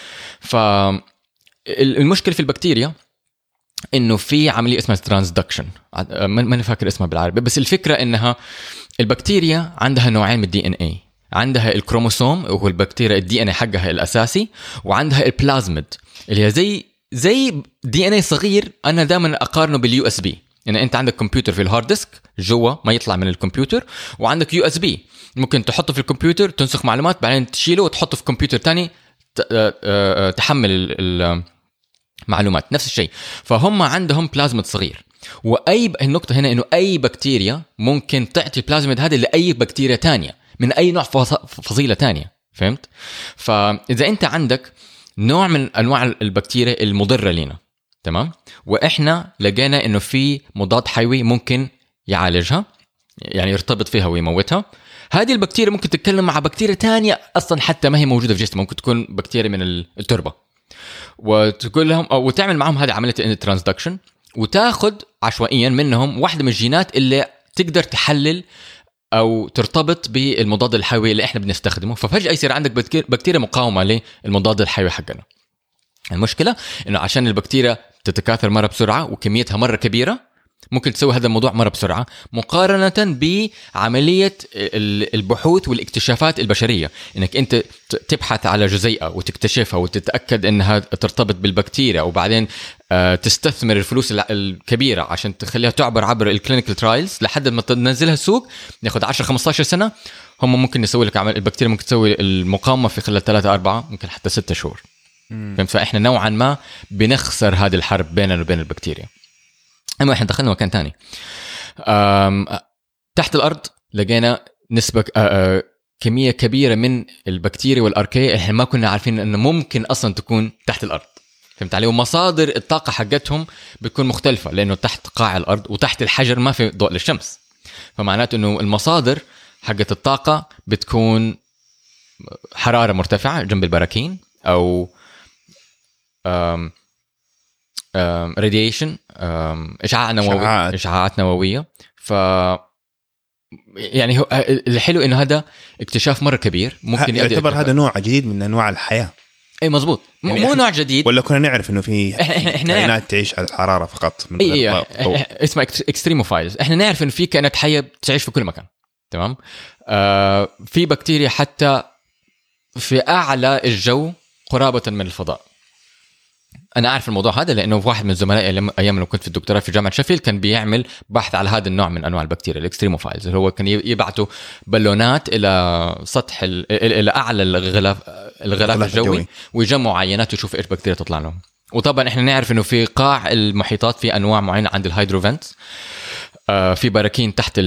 فالمشكلة في البكتيريا إنه في عملية اسمها ترانسدكشن، ما فاكر اسمها بالعربي، بس الفكرة إنها البكتيريا عندها نوعين من الدي إن إيه. عندها الكروموسوم وهو البكتيريا الدي إن إيه حقها الأساسي، وعندها البلازميد اللي هي زي زي دي إن إيه صغير. أنا دائما أقارنه باليو إس بي، يعني أنت عندك كمبيوتر في الهارد ديسك جوا ما يطلع من الكمبيوتر، وعندك يو إس بي ممكن تحطه في الكمبيوتر تنسخ معلومات بعدين تشيله وتحطه في كمبيوتر تاني تحمل معلومات. نفس الشيء. فهم عندهم بلازميد صغير، واي النقطه هنا انه اي بكتيريا ممكن تعطي البلازميد هذا لاي بكتيريا تانية من اي نوع فصيله تانية. فهمت؟ فاذا انت عندك نوع من انواع البكتيريا المضره لنا، تمام، واحنا لقينا انه في مضاد حيوي ممكن يعالجها، يعني يرتبط فيها ويموتها، هذه البكتيريا ممكن تتكلم مع بكتيريا تانية اصلا حتى ما هي موجوده في جسمها، ممكن تكون بكتيريا من التربه، وتقول لهم أو وتعمل معهم هذه عملية الترانسدكشن، وتاخد عشوائيا منهم واحدة من الجينات اللي تقدر تحلل أو ترتبط بالمضاد الحيوي اللي إحنا بنستخدمه. ففجأة يصير عندك بكتيريا مقاومة للمضاد الحيوي حقنا. المشكلة إنه عشان البكتيريا تتكاثر مرة بسرعة وكميتها مرة كبيرة، ممكن تسوي هذا الموضوع مرة بسرعة مقارنة بعملية البحوث والاكتشافات البشرية، إنك أنت تبحث على جزيئة وتكتشفها وتتأكد إنها ترتبط بالبكتيريا، وبعدين تستثمر الفلوس الكبيرة عشان تخليها تعبر عبر الكلينيكال ترايلز لحد ما تنزلها السوق، ياخد عشرة خمسة عشر سنة. هم ممكن يسوي لك عمل البكتيريا ممكن تسوي المقاومة في خلال ثلاثة أربعة ممكن حتى ستة شهور. فإحنا نوعا ما بنخسر هذه الحرب بيننا وبين البكتيريا. أما إحنا دخلنا مكان تاني. تحت الارض لقينا نسبه آه كميه كبيره من البكتيريا والاركيه احنا ما كنا عارفين انه ممكن اصلا تكون تحت الارض. فهمت علي؟ ومصادر الطاقه حقتهم بتكون مختلفه لانه تحت قاع الارض وتحت الحجر ما في ضوء للشمس، فمعناته انه المصادر حقت الطاقه بتكون حراره مرتفعه جنب البراكين او أم أم راديشن اشعاع نووي اشعاعات نوويه. ف يعني هو الحلو انه هذا اكتشاف مره كبير ممكن يعتبر هذا نوع جديد من انواع الحياه. اي مزبوط، يعني مو نوع جديد ولا كنا نعرف انه في كائنات تعيش على الحراره فقط من غير إيه اسمها اكستريموفايلز. احنا نعرف انه في كائنات حيه تعيش في كل مكان، تمام. آه في بكتيريا حتى في اعلى الجو قرابه من الفضاء. انا اعرف الموضوع هذا لانه واحد من زملائي ايام لما كنت في الدكتوراه في جامعه شيفيلد كان بيعمل بحث على هذا النوع من انواع البكتيريا الاكستريموفايلز. هو كان يبعثوا بالونات الى سطح الى اعلى الغلاف الغلاف الجوي ويجمعوا عينات ويشوف ايش بكتيريا تطلع لهم. وطبعا احنا نعرف انه في قاع المحيطات في انواع معينه عند الهيدروفنتس، في براكين تحت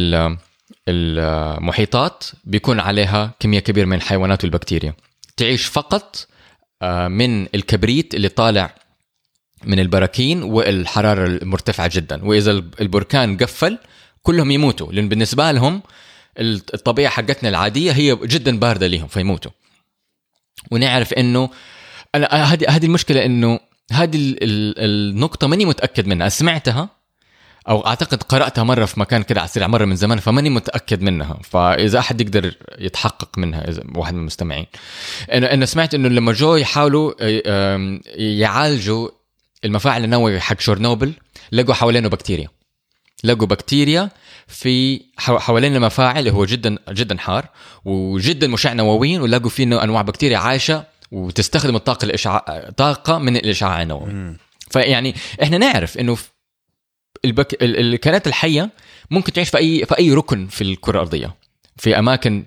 المحيطات بيكون عليها كميه كبيره من الحيوانات والبكتيريا تعيش فقط من الكبريت اللي طالع من البراكين والحرارة المرتفعة جدا. وإذا البركان قفل كلهم يموتوا، لأن بالنسبة لهم الطبيعة حقتنا العادية هي جدا باردة لهم فيموتوا. ونعرف إنه أنا هذه هذه المشكلة، إنه هذه النقطة ماني متأكد منها، سمعتها أو أعتقد قرأتها مرة في مكان كده على السريع مرة من زمان، فماني متأكد منها. فإذا أحد يقدر يتحقق منها، إذا واحد من المستمعين، إنه أنا سمعت إنه لما جو يحاولوا يعالجوا المفاعل النووي حق شورنوبل لقوا حوالينه بكتيريا، لقوا بكتيريا في حوالين المفاعل اللي هو جدا جدا حار وجدا مشع نوويا، ولقوا فيه انواع بكتيريا عايشه وتستخدم الطاقه الاشعاع طاقه من الاشعاع النووي. فيعني احنا نعرف انه البك... الكائنات الحيه ممكن تعيش في اي في اي ركن في الكره الارضيه، في اماكن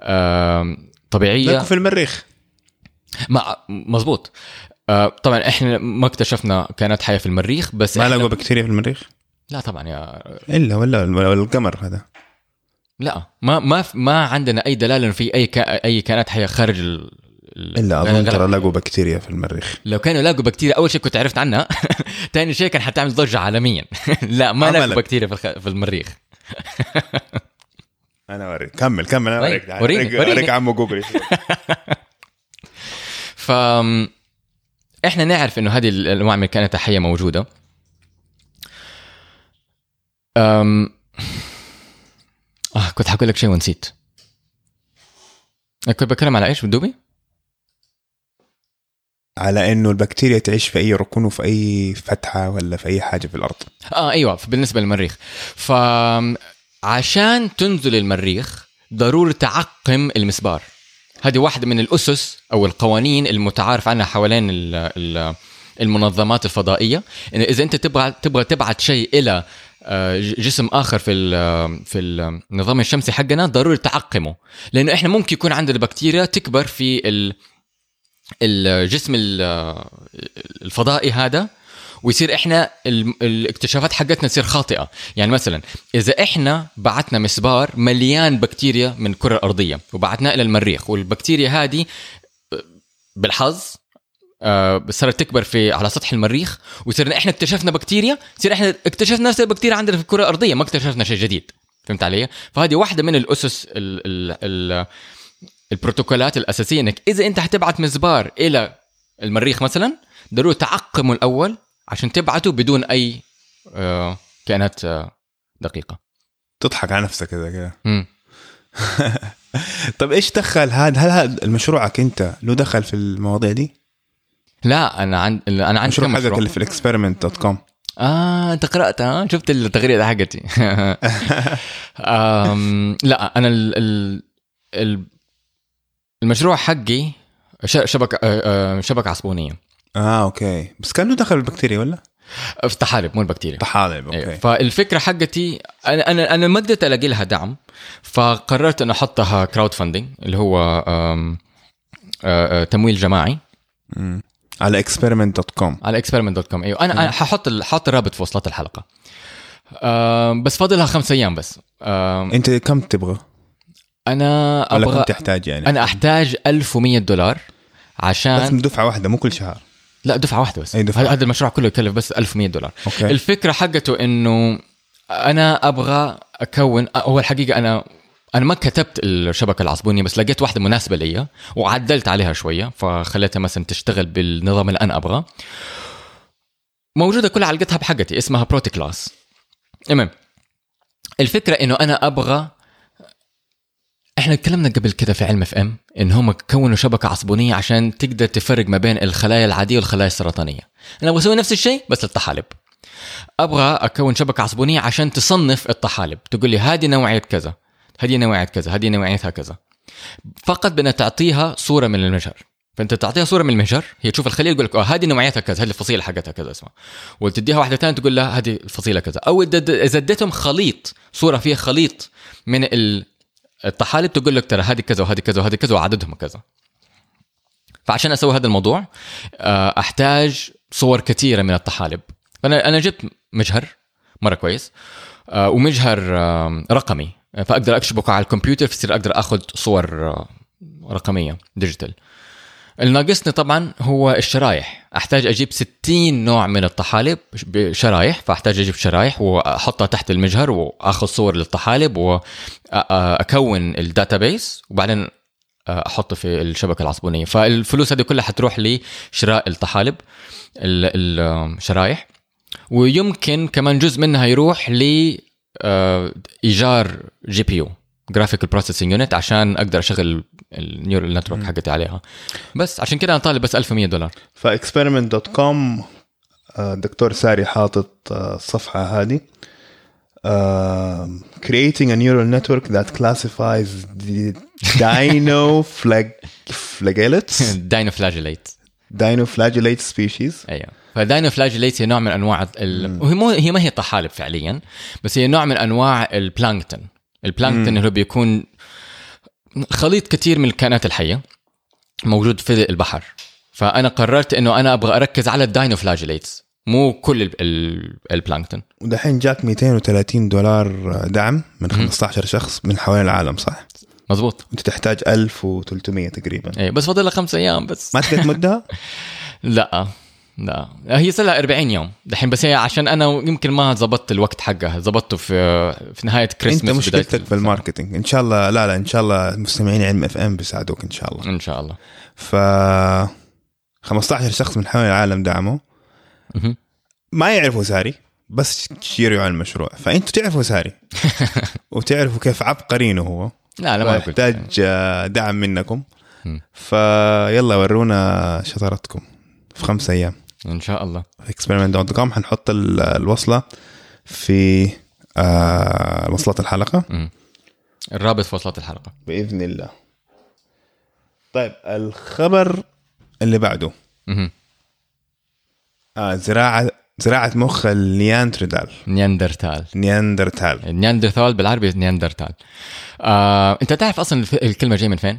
طبيعيه. لقوا في المريخ ما مزبوط. آه طبعا احنا ما اكتشفنا كائنات حيه في المريخ، بس ما لقوا بكتيريا في المريخ. لا طبعا يا الا ولا القمر هذا. لا ما ما ما عندنا اي دلاله انه في اي كا اي كائنات حيه خارج ال... الا اظن ترى لقوا بكتيريا في المريخ. لو كانوا لقوا بكتيريا اول شيء كنت عرفت عنها ثاني شيء كان حتعمل ضجه عالميا. لا ما لقوا بكتيريا في, الخ... في المريخ. انا اوريك كمل كمل انا اوريك اوريك اوريك عمو جوجل. ف احنا نعرف انه هذه الانواع من الكائنات الحيه موجوده. أم... آه كنت حقول لك شيء ونسيت. كنت بتكلم على ايش بدوبي؟ على انه البكتيريا تعيش في اي ركن وفي اي فتحه ولا في اي حاجه في الارض. اه ايوه بالنسبه للمريخ. فعشان تنزل المريخ ضروري تعقم المسبار. هذه واحدة من الأسس أو القوانين المتعارف عنها حوالين المنظمات الفضائية، إنه إذا أنت تبغى تبغى تبعت شيء إلى جسم آخر في في النظام الشمسي حقنا ضروري تعقمه، لأنه إحنا ممكن يكون عندنا بكتيريا تكبر في الجسم الفضائي هذا ويصير إحنا الاكتشافات حقتنا تصير خاطئة. يعني مثلا إذا إحنا بعتنا مسبار مليان بكتيريا من الكرة الأرضية وبعتناه إلى المريخ، والبكتيريا هذه بالحظ صارت تكبر في على سطح المريخ، وصرنا إحنا اكتشفنا بكتيريا، صير إحنا اكتشفنا نفس البكتيريا عندنا في الكرة الأرضية، ما اكتشفنا شيء جديد. فهمت علي؟ فهذه واحدة من الأسس ال ال ال البروتوكولات الأساسية، إنك إذا أنت هتبعت مسبار إلى المريخ مثلا ضروري تعقمه الأول عشان تبعته بدون أي آه كائنات آه دقيقة. تضحك على نفسك كذا كذا. طب إيش دخل هذا؟ هل هذا المشروعك أنت له دخل في المواضيع دي؟ لا أنا عند أنا عندي مشروع حقك اللي في الإكسبيرمنت دوت كوم. آه أنت قرأتها؟ شفت التغريدة حقتي؟ لا أنا ال ال ال المشروع حقي شبكة آه شبكة عصبونية. اه اوكي، بس كانوا دخل البكتيريا ولا في طحالب؟ مو البكتيريا، طحالب. اوكي. أيوة. فالفكره حقتي انا انا انا ما قدرت الاقي لها دعم، فقررت ان احطها كراود فاندنج اللي هو آم آم تمويل جماعي. امم على experiment دوت com. على experiment دوت com. ايوه انا انا ححط حاط الرابط في وصلات الحلقه. آه بس فاضلها خمس ايام بس. آه انت كم تبغى؟ انا ولا ابغى كم تحتاج يعني؟ انا احتاج ألف ومية دولار عشان بس دفعه واحده مو كل شهر. لا دفعه واحده بس. دفعة. هذا المشروع كله يكلف بس ألف ومية دولار. أوكي. الفكره حقته انه انا ابغى اكون هو الحقيقه انا انا ما كتبت الشبكه العصبونيه بس لقيت واحده مناسبه لي وعدلت عليها شويه فخليتها مثلا تشتغل بالنظام اللي انا ابغاه. موجوده كلها على الجيت هاب حقتي اسمها بروتي كلاس. المهم الفكره انه انا ابغى احنا تكلمنا قبل كده في علم اف ام ان هم كونوا شبكه عصبونيه عشان تقدر تفرق ما بين الخلايا العاديه والخلايا السرطانيه. انا ابغى اسوي نفس الشيء بس للطحالب. ابغى اكون شبكه عصبونيه عشان تصنف الطحالب تقول لي هذه نوعيه كذا هذه نوعيه كذا هذه نوعيتها كذا. فقط بدنا تعطيها صوره من المجهر. فانت تعطيها صوره من المجهر هي تشوف الخليه تقول لك اه هذه نوعيتها كذا هذه الفصيله حقتها كذا اسمها. وتديها واحده ثانيه تقول لها هذه الفصيله كذا. او اذا اديتهم خليط صوره فيها خليط من الطحالب تقول لك ترى هذه كذا وهذه كذا وهذه كذا وعددهم كذا. فعشان اسوي هذا الموضوع احتاج صور كثيره من الطحالب. فانا انا جبت مجهر مره كويس ومجهر رقمي فاقدر اكشبكه على الكمبيوتر فصير اقدر اخذ صور رقميه ديجيتال. الناقصني طبعا هو الشرايح. احتاج اجيب ستين نوع من الطحالب بشرايح فاحتاج اجيب شرايح واحطها تحت المجهر واخذ صور للطحالب واكون الداتابيس وبعدين احطه في الشبكه العصبونيه. فالفلوس هذه كلها حتروح لشراء الطحالب الشرايح ويمكن كمان جزء منها يروح لايجار جي بي يو جرافيكال بروسيسنج يونت عشان اقدر اشغل النيورال نتورك حقتي عليها. بس عشان كده انا طالب بس ألف ومية دولار. فاكسبيرمنت دوت كوم دكتور ساري حاطط الصفحه هذه uh, creating a neural network that classifies the dinoflagellates dinoflagellates dinoflagellate species. ايوه فالداينوفلاجيليت هي نوع من انواع ال... وهي مو هي ما هي طحالب فعليا بس هي نوع من انواع البلانكتون. البلانكتون اللي بيكون خليط كتير من الكائنات الحيه موجود في البحر. فانا قررت انه انا ابغى اركز على الداينوفلاجيليتس مو كل البلانكتون. ودحين جاك مئتين وثلاثين دولار دعم من خمسة عشر شخص من حوالين العالم صح؟ مزبوط. انت تحتاج ألف وثلاثمية تقريبا. ايه بس فاضل لها خمسة ايام بس. ما تقدر تمدها؟ لا لا هي صار لها أربعين يوم دحين بس هي عشان انا يمكن ما زبطت الوقت حقها زبطته في في نهايه كريسماس. انت مشكلتك في الماركتينج. ان شاء الله لا لا ان شاء الله مستمعين علم اف ام بيساعدوك ان شاء الله ان شاء الله. ف خمسة عشر شخص من حول العالم دعموا ما يعرفوا ساري بس يشيروا على المشروع. فانتوا تعرفوا ساري وتعرفوا كيف عبقرينه هو. لا لا ما يحتاج دعم منكم. فيلا ورونا شطارتكم في خمسة أيام إن شاء الله. experiment دوت كوم حنحط الوصلة في آه وصلات الحلقة. م. الرابط في وصلات الحلقة بإذن الله. طيب الخبر اللي بعده م- آه زراعة زراعة مخ النياندرتال. نياندرتال نياندرتال نياندرتال بالعربي نياندرتال. آه، أنت تعرف أصلا الكلمة جاي من فين؟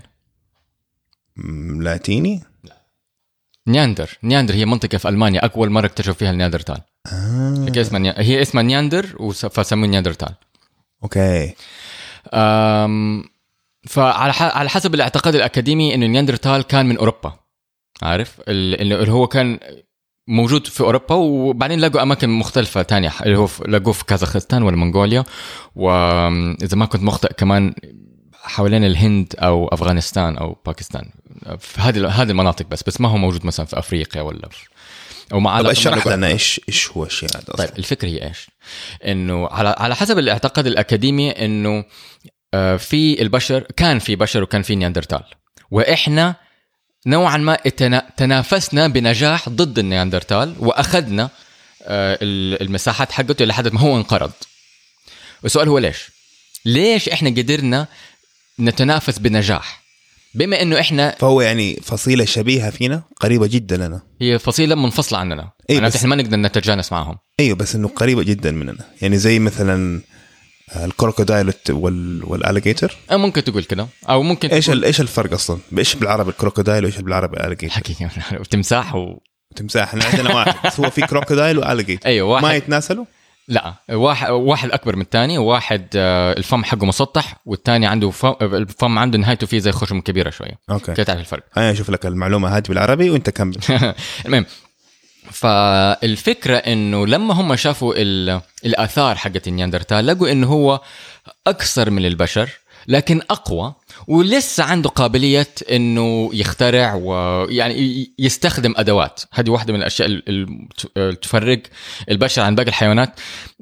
لاتيني. نياندر نياندر هي منطقة في ألمانيا أول مرة اكتشفوا فيها النياندرتال. آه. اسمها هي اسمها نياندر فسموه نياندرتال. أوكي. أم فعلى على حسب الاعتقاد الأكاديمي إنه النياندرتال كان من أوروبا. عارف اللي هو كان موجود في أوروبا وبعدين لقوا أماكن مختلفة تانية اللي هو لقوه في كازاخستان ولا منغوليا وإذا ما كنت مخطئ كمان حوالين الهند أو أفغانستان أو باكستان في هذه هذه المناطق بس بس ما هو موجود مثلا في أفريقيا ولا في أو مع. طب اشرح لنا إيش إيش هو الشيء هذا. طيب الفكرة هي إيش إنه على على حسب الاعتقاد الأكاديمي إنه في البشر كان في بشر وكان في نياندرتال وإحنا نوعا ما تنافسنا بنجاح ضد النياندرتال وأخذنا المساحات حقته لحد ما هو انقرض. والسؤال هو ليش ليش إحنا قدرنا نتنافس بنجاح بما إنه إحنا فهو يعني فصيلة شبيهة فينا قريبة جدا لنا. هي فصيلة منفصلة عننا. أيوة يعني إحنا ما نقدر نتجانس معهم. أيوة بس إنه قريبة جدا مننا يعني زي مثلا الكروكودايل وال والاليجيتر. ممكن تقول كده او ممكن ايش ال... ايش الفرق اصلا ايش بالعربي الكروكودايل وايش بالعربي الاليجيتر؟ حقيقه وتمساح و... تمساح احنا عندنا واحد بس هو في كروكودايل واليجيتر. ايوه واحد ما يتناسلوا. لا واحد واحد اكبر من الثاني، وواحد الفم حقه مسطح والثاني عنده فم الفم عنده نهايته فيه زي خشم كبيره شويه. اوكي كيف تعرف الفرق؟ انا اشوف لك المعلومه هذه بالعربي وانت كمل. المهم فالفكره انه لما هم شافوا الاثار حقت النياندرتال لقوا انه هو اكثر من البشر لكن اقوى، ولسه عنده قابليه انه يخترع ويعني يستخدم ادوات. هذه واحده من الاشياء اللي تفرق البشر عن باقي الحيوانات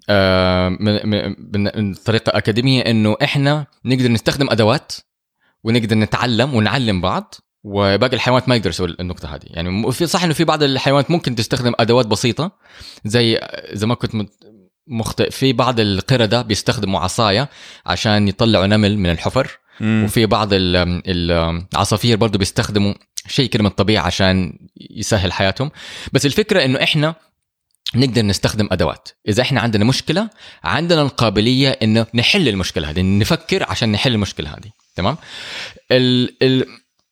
من طريقه اكاديميه، انه احنا نقدر نستخدم ادوات ونقدر نتعلم ونعلم بعض، وباقي الحيوانات ما يقدروا يسووا النقطه هذه. يعني في صح انه في بعض الحيوانات ممكن تستخدم ادوات بسيطه، زي زي ما كنت مخطئ، في بعض القردة بيستخدموا عصاية عشان يطلعوا نمل من الحفر. مم. وفي بعض العصافير برضو بيستخدموا شيء كده من الطبيعة عشان يسهل حياتهم. بس الفكرة انه احنا نقدر نستخدم ادوات. اذا احنا عندنا مشكلة عندنا القابلية انه نحل المشكلة هذه، نفكر عشان نحل المشكلة هذه. تمام. ال ال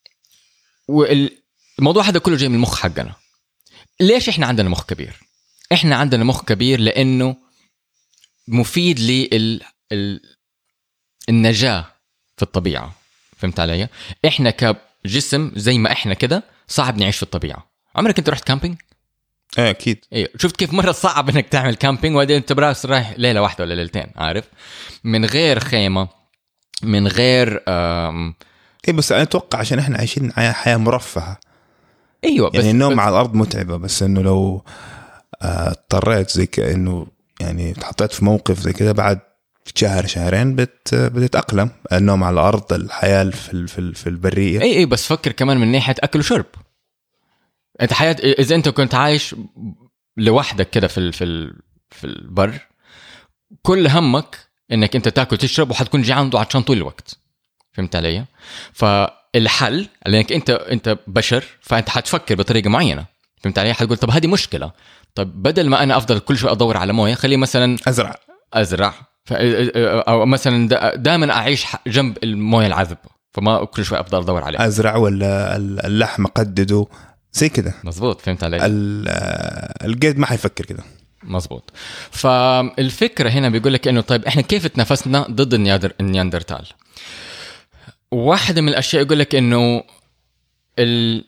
والموضوع هذا كله جاي من المخ حقنا. ليش احنا عندنا مخ كبير؟ احنا عندنا مخ كبير لانه مفيد للنجاة في الطبيعة. فهمت علي؟ احنا كجسم زي ما احنا كده صعب نعيش في الطبيعة. عمرك انت رحت كامبينج؟ ايه اكيد. ايه شفت كيف مرة صعب انك تعمل كامبينج وبعدين انت براس رايح ليلة واحدة ولا ليلتين، عارف؟ من غير خيمة، من غير أم... ايه بس انا اتوقع عشان احنا عايشين حياة مرفهة. ايوه بس يعني النوم بس... على الارض متعبة، بس انه لو اضطريت زي كأنه يعني تحطيت في موقف زي كده بعد شهر شهرين بت بتتأقلم. النوم على الأرض، الحياة في في في البرية. أي أي بس فكر كمان من ناحية أكل وشرب. أنت حياة إذا أنت كنت عايش لوحدك كده في في في البر، كل همك إنك أنت تأكل تشرب وحتكون جعان وعطشان طول الوقت. فهمت علي؟ فالحل لأنك أنت أنت بشر، فأنت حتفكر بطريقة معينة. فهمت علي؟ حتقول طب هذه مشكلة، طب بدل ما أنا أفضل كل شوي أدور على موية خلي مثلا أزرع أزرع أو مثلا دائما أعيش جنب الموية العذبة، فما كل شوي أفضل أدور عليه. أزرع ولا اللحم قدده زي كده. مزبوط. فهمت علي؟ الجيد ما حيفكر كده. مزبوط. فالفكرة هنا بيقول لك إنه طيب إحنا كيف تنافسنا ضد النياندرتال؟ واحدة من الأشياء يقول لك إنه ال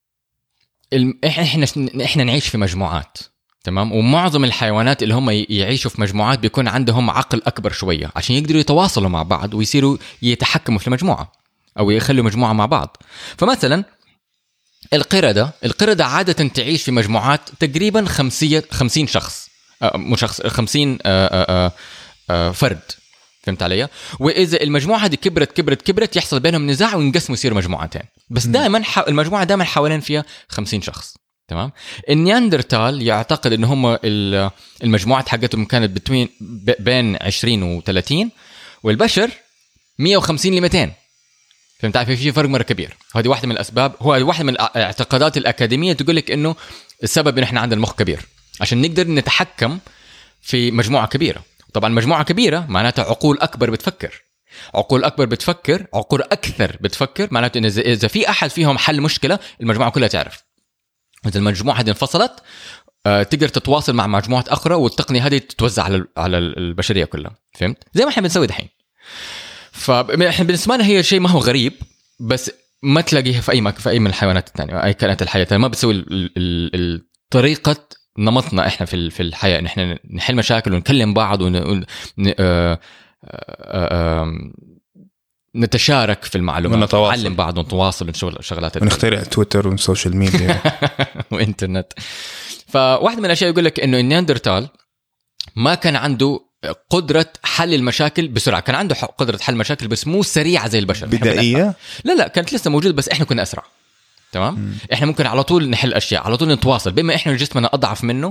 احنا احنا نعيش في مجموعات. تمام. ومعظم الحيوانات اللي هم يعيشوا في مجموعات بيكون عندهم عقل اكبر شويه عشان يقدروا يتواصلوا مع بعض ويصيروا يتحكموا في المجموعه او يخلوا مجموعه مع بعض. فمثلا القردة القردة عاده تعيش في مجموعات تقريبا خمسين شخص، مش شخص خمسين فرد. فهمت علي؟ واذا المجموعه هذه كبرت كبرت كبرت يحصل بينهم نزاع وينقسموا يصيروا مجموعتين، بس دائما ح... المجموعه دائما حوالين فيها خمسين شخص. تمام. النياندرتال يعتقد ان هم المجموعات حقتهم كانت بتوين بين عشرين وثلاثين، والبشر مية وخمسين ل مئتين. فهمت علي؟ في فرق مره كبير. هذه واحده من الاسباب، هو واحده من الاعتقادات الاكاديميه تقول لك انه السبب ان احنا عندنا المخ كبير عشان نقدر نتحكم في مجموعه كبيره. طبعا مجموعة كبيرة معناتها عقول أكبر بتفكر، عقول أكبر بتفكر، عقول أكثر بتفكر، معناته إن إذا في أحد فيهم حل مشكلة المجموعة كلها تعرف. إذا المجموعة هذه انفصلت آه تقدر تتواصل مع مجموعات أخرى، والتقنية هذه تتوزع على على البشرية كلها. فهمت؟ زي ما إحنا بنسوي دحين. فإحنا بالنسبة لنا هي شيء ما هو غريب، بس ما تلاقيه في أي مك... في أي من الحيوانات الثانية، أي كائنات الحياة ما بتسوي الطريقة نمطنا احنا في في الحياه ان احنا نحل مشاكل ونكلم بعض ونتشارك في المعلومات ونعلم بعض ونتواصل ونشغل شغلات ونخترع تويتر والسوشيال ميديا وانترنت. فواحد من الاشياء يقول لك انه النياندرتال ما كان عنده قدره حل المشاكل بسرعه، كان عنده قدره حل مشاكل بس مو سريعه زي البشر. بدائيه؟ لا لا كانت لسه موجوده بس احنا كنا اسرع. تمام. مم. احنا ممكن على طول نحل اشياء، على طول نتواصل، بما احنا جسمنا اضعف منه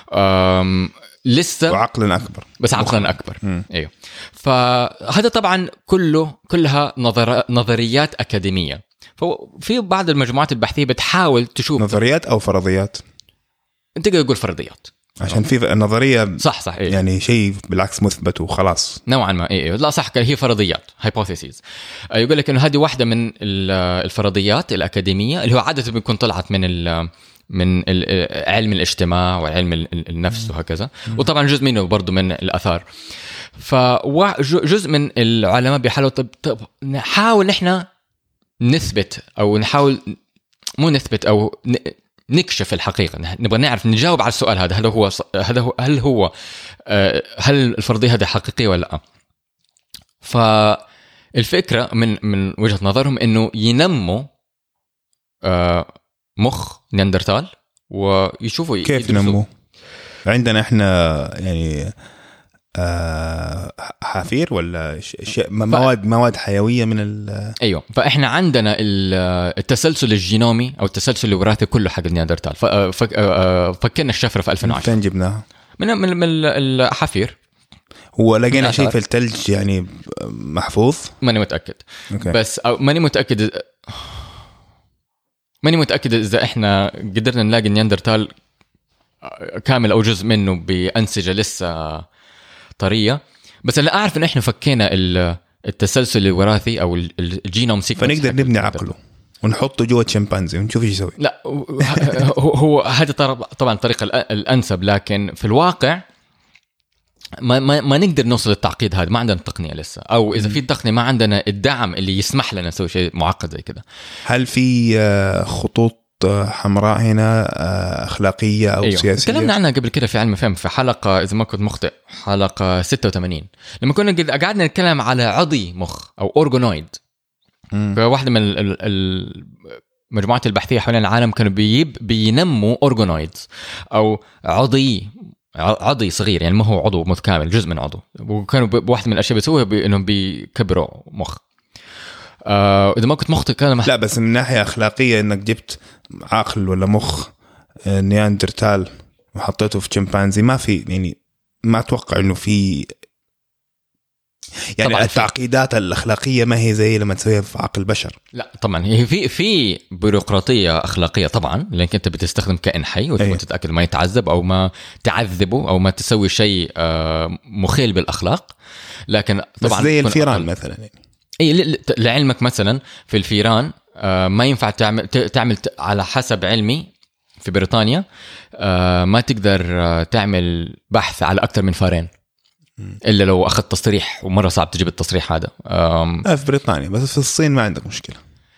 لسه وعقلنا اكبر، بس عقلنا اكبر. مم. ايوه. فهذا طبعا كله كلها نظر... نظريات اكاديميه. ففي بعض المجموعات البحثيه بتحاول تشوف نظريات او فرضيات. انت تقدر تقول فرضيات عشان في نظرية صح صح إيه. يعني شيء بالعكس مثبت وخلاص نوعا ما. إيه. لا صح، هي فرضيات hypotheses. يقول لك إنه هذه واحدة من الفرضيات الأكاديمية اللي هو عادة بيكون طلعت من من علم الاجتماع وعلم النفس وهكذا، وطبعا جزء منه برضو من الآثار. فجزء من العلماء بيحاولوا طب, طب نحاول نحن نثبت أو نحاول مو نثبت أو نكشف الحقيقة، نبغى نعرف نجاوب على السؤال هذا، هل هو هذا هو هل هو هل الفرضية هذه حقيقية ولا لا. فالفكرة من من وجهة نظرهم إنه ينموا مخ نياندرتال ويشوفوا كيف ينموا. عندنا إحنا يعني حافير ولا شيء مواد ف... مواد حيوية من ال أيوة. فإحنا عندنا التسلسل الجينومي أو التسلسل الوراثي كله حق النياندرتال. ف... ف... فكرنا الشفرة في ألفين وعشرة. فين جبناها؟ من من, من الحافير. هو لقينا شيء في الثلج يعني محفوظ؟ ماني متأكد. أوكي. بس ماني متأكد ماني متأكد إذا إحنا قدرنا نلاقي النياندرتال كامل أو جزء منه بأنسجة لسه طرية. بس أنا أعرف إن إحنا فكينا التسلسل الوراثي أو الجينوم سيكونس، فنقدر نبني عقله ونحطه جوه شمبانزي ونشوف إيش يسوي. لا هو هو هذا طبعا الطريقة الأنسب، لكن في الواقع ما ما ما نقدر نوصل للتعقيد هذا، ما عندنا التقنية لسه، أو إذا في التقنية ما عندنا الدعم اللي يسمح لنا نسوي شيء معقد زي كده. هل في خطوط حمراء هنا أخلاقية أو أيوه. سياسية؟ تكلمنا عنها قبل كده في علم فهم في حلقة إذا ما كنت مخطئ حلقة ستة وثمانين لما كنا قعدنا نتكلم على عضي مخ أو أورغونويد. فواحدة من المجموعات البحثية حول العالم كانوا بيب بينموا أورغونويدز أو عضي عضي صغير، يعني ما هو عضو متكامل، جزء من عضو، وكانوا بواحد من الأشياء بيسويها بأنهم بيكبروا مخ. آه إذا ما كنت مخطئ كان مح... لا بس من ناحية أخلاقية إنك جبت عقل ولا مخ نياندرتال وحطيته في شمبانزي، ما في يعني ما أتوقع إنه في يعني التعقيدات في... الأخلاقية ما هي زي لما تسويها في عقل بشر. لا طبعا هي في في بيروقراطية أخلاقية طبعا، لأنك أنت بتستخدم كائن حي وتبغى تتأكد ما يتعذب أو ما تعذبه أو ما تسوي شيء مخيل بالأخلاق. لكن طبعا بس زي الفيران أقل... مثلا يعني اي لعلمك مثلا في الفيران ما ينفع تعمل تعمل على حسب علمي في بريطانيا ما تقدر تعمل بحث على اكثر من فارين الا لو اخذت تصريح، ومره صعب تجيب التصريح هذا في بريطانيا. بس في الصين ما عندك مشكله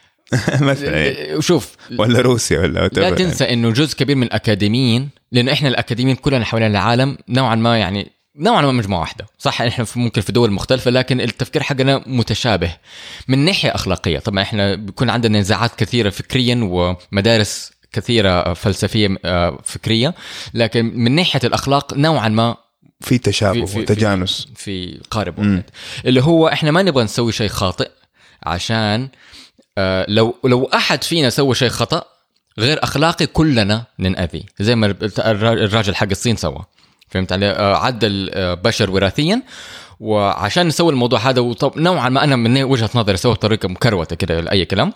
مثلا. شوف ولا روسيا ولا لا تنسى انه جزء كبير من الاكاديميين، لانه احنا الاكاديميين كلنا حوالين العالم نوعا ما يعني نوعا ما مجموعة واحدة، صح احنا ممكن في دول مختلفة لكن التفكير حقنا متشابه من ناحية أخلاقية. طبعا احنا بيكون عندنا نزاعات كثيرة فكريا ومدارس كثيرة فلسفية فكرية، لكن من ناحية الأخلاق نوعا ما في تشابه وتجانس في, في قارب واحد، اللي هو احنا ما نبغى نسوي شيء خاطئ عشان اه لو لو أحد فينا سوى شيء خطأ غير أخلاقي كلنا ننأذي، زي ما الراجل حق الصين سوى. فهمت علي؟ عدل بشر وراثيا، وعشان نسوي الموضوع هذا وطب نوعا ما أنا من وجهة نظري سوى طريقة مكروتة كده لأي كلام،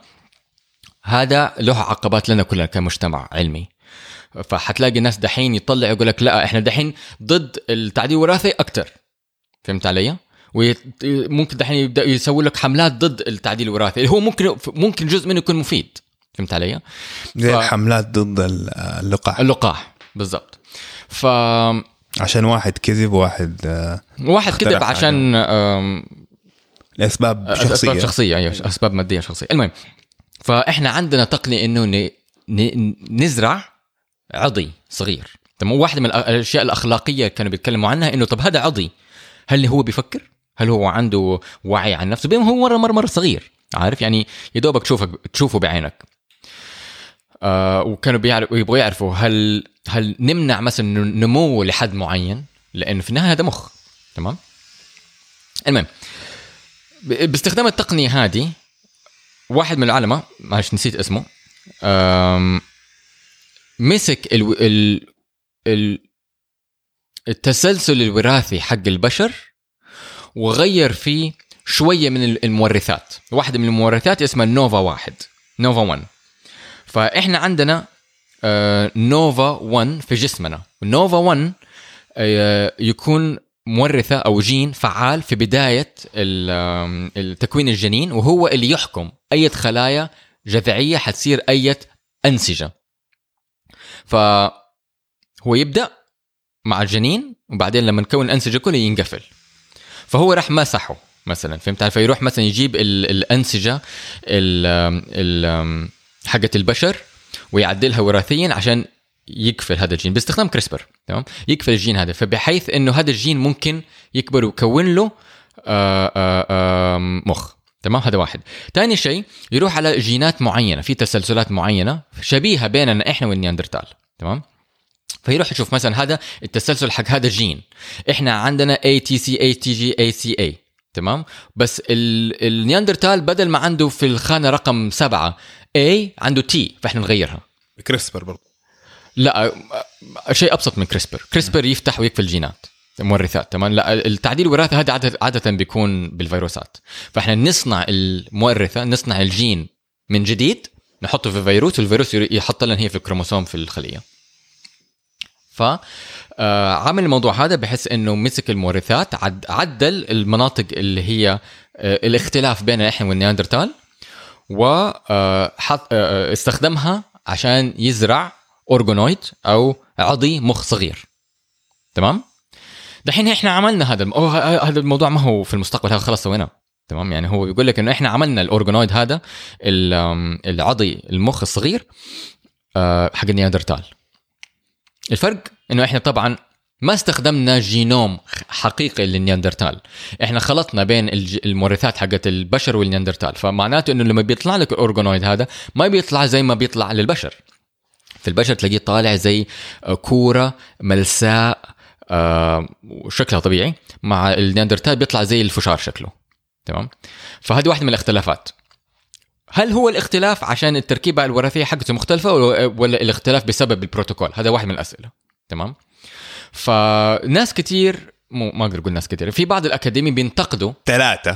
هذا له عقبات لنا كلنا كمجتمع علمي. فحتلاقي الناس دحين يطلع يقول لك لا احنا دحين ضد التعديل الوراثي أكتر. فهمت علي؟ وممكن دحين يبدأ يسوي لك حملات ضد التعديل الوراثي اللي هو ممكن ممكن جزء منه يكون مفيد. فهمت علي؟ زي ف... الحملات ضد اللقاح. اللقاح بالضبط. ف عشان واحد كذب واحد واحد كذب عشان لأسباب شخصية أسباب شخصية أيوة أسباب مادية شخصية. المهم فإحنا عندنا تقنية إنه ن... ن... نزرع عضي صغير. تمام. واحدة من الأشياء الأخلاقية كانوا بيتكلموا عنها إنه طب هذا عضي، هل هو بيفكر؟ هل هو عنده وعي عن نفسه؟ بينما هو مرة مرة مرة صغير، عارف يعني يدوبك تشوفك تشوفه بعينك. آه وكانوا بيعرفوا يبغوا يعرفوا هل هل نمنع مثلا نمو لحد معين، لأنه في النهاية هذا مخ. تمام. المهم باستخدام التقنية هذه واحد من العلماء معلش نسيت اسمه مسك ال ال ال التسلسل الوراثي حق البشر وغير فيه شوية من المورثات. واحدة من المورثات اسمها نوفا واحد نوفا واحد. فإحنا عندنا آه نوفا واحد في جسمنا. نوفا واحد آه يكون مورثة أو جين فعال في بداية التكوين الجنين، وهو اللي يحكم أي خلايا جذعية حتصير أي أنسجة. فهو يبدأ مع الجنين وبعدين لما نكون الأنسجة كله ينقفل. فهو راح مسحه مثلا، فهمت؟ فيروح مثلا يجيب ال- الأنسجة ال- ال- حقة البشر ويعدلها وراثيا عشان يقفل هذا الجين باستخدام كريسبر. تمام، يقفل الجين هذا، فبحيث انه هذا الجين ممكن يكبر ويكون له آآ آآ مخ. تمام، هذا واحد. تاني شيء يروح على جينات معينة في تسلسلات معينة شبيهة بيننا احنا والنياندرتال. تمام، فيروح يشوف مثلا هذا التسلسل حق هذا الجين، احنا عندنا إيه تي سي إيه تي جي إيه سي إيه. تمام، بس النياندرتال بدل ما عنده في الخانة رقم سبعة A عنده T، فاحنا نغيرها. كريسبر برضو؟ لا، شيء أبسط من كريسبر. كريسبر يفتح ويقفل جينات مورثات. تمام، لا، التعديل الوراثي هذا عادة, عادة بيكون بالفيروسات، فاحنا نصنع المورثة، نصنع الجين من جديد، نحطه في فيروس، والفيروس يحط لنا هي في الكروموسوم في الخلية. فعمل الموضوع هذا بحيث انه مسك المورثات، عدل المناطق اللي هي الاختلاف بين احنا والنياندرتال، واستخدمها عشان يزرع اورجونويد او عضي مخ صغير. تمام، دحين احنا عملنا هذا هذا الموضوع، ما هو في المستقبل، هذا خلاص سويناه. تمام، يعني هو بيقول لك انه احنا عملنا الاورجونويد هذا العضي المخ الصغير حق النياندرتال. الفرق انه احنا طبعا ما استخدمنا جينوم حقيقي للنياندرتال، احنا خلطنا بين المورثات حقت البشر والنياندرتال. فمعناته انه لما بيطلع لك الاورجونويد هذا ما بيطلع زي ما بيطلع للبشر. في البشر تلاقيه طالع زي كورة ملساء وشكلها طبيعي، مع النياندرتال بيطلع زي الفشار شكله. تمام، فهذه واحدة من الاختلافات. هل هو الاختلاف عشان التركيبة الوراثية حقته مختلفة، ولا الاختلاف بسبب البروتوكول؟ هذا واحد من الأسئلة. تمام، فناس كتير، مو ما أقدر أقول ناس كتير، في بعض الأكاديمي بينتقدوا ثلاثة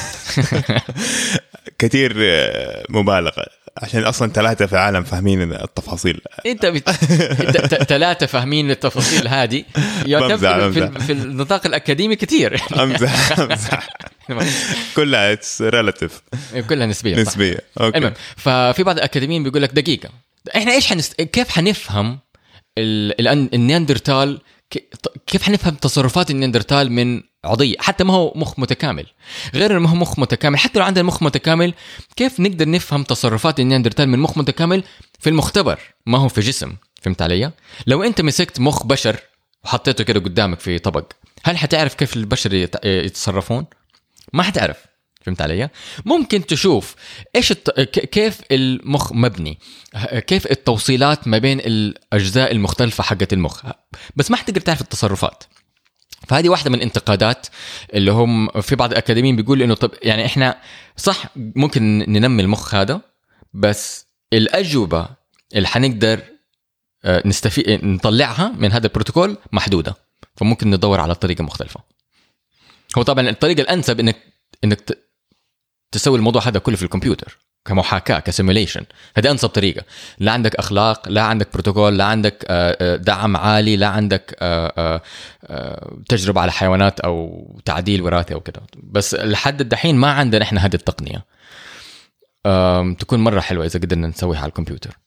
كتير مبالغة، عشان أصلا ثلاثة في عالم فاهمين التفاصيل. أنت بت... ثلاثة فاهمين التفاصيل هذه يعتبر في... في النطاق الأكاديمي كتير. أمزح أمزح كلها ريلاتيف، كلها نسبية نسبية. أوكي. المهم، ففي بعض الأكاديميين بيقول لك دقيقة، إحنا إيش حنس... كيف حنفهم ال... النياندرتال، كيف حنفهم تصرفات النياندرتال من عضية حتى ما هو مخ متكامل؟ غير ما هو مخ متكامل، حتى لو عندنا مخ متكامل، كيف نقدر نفهم تصرفات النياندرتال من مخ متكامل في المختبر ما هو في جسم؟ فهمت علي؟ لو أنت مسكت مخ بشر وحطيته كده قدامك في طبق، هل حتعرف كيف البشر يتصرفون؟ ما حتعرف. فهمت علي؟ ممكن تشوف إيش الت... كيف المخ مبني، كيف التوصيلات ما بين الأجزاء المختلفة حقة المخ، بس ما حتقدر تعرف التصرفات. فهذه واحدة من الانتقادات اللي هم في بعض الأكاديميين بيقول إنه طب يعني إحنا صح ممكن ننمي المخ هذا، بس الأجوبة اللي حنقدر نستفيد نطلعها من هذا البروتوكول محدودة، فممكن ندور على طريقة مختلفة. هو طبعا الطريقة الأنسب إنك إنك تسوي الموضوع هذا كله في الكمبيوتر كمحاكاة كسيموليشن، هذه أنسب طريقة. لا عندك أخلاق، لا عندك بروتوكول، لا عندك دعم عالي، لا عندك تجربة على حيوانات أو تعديل وراثي أو كده. بس لحد الدحين ما عندنا إحنا هذه التقنية. تكون مرة حلوة إذا قدرنا نسويها على الكمبيوتر.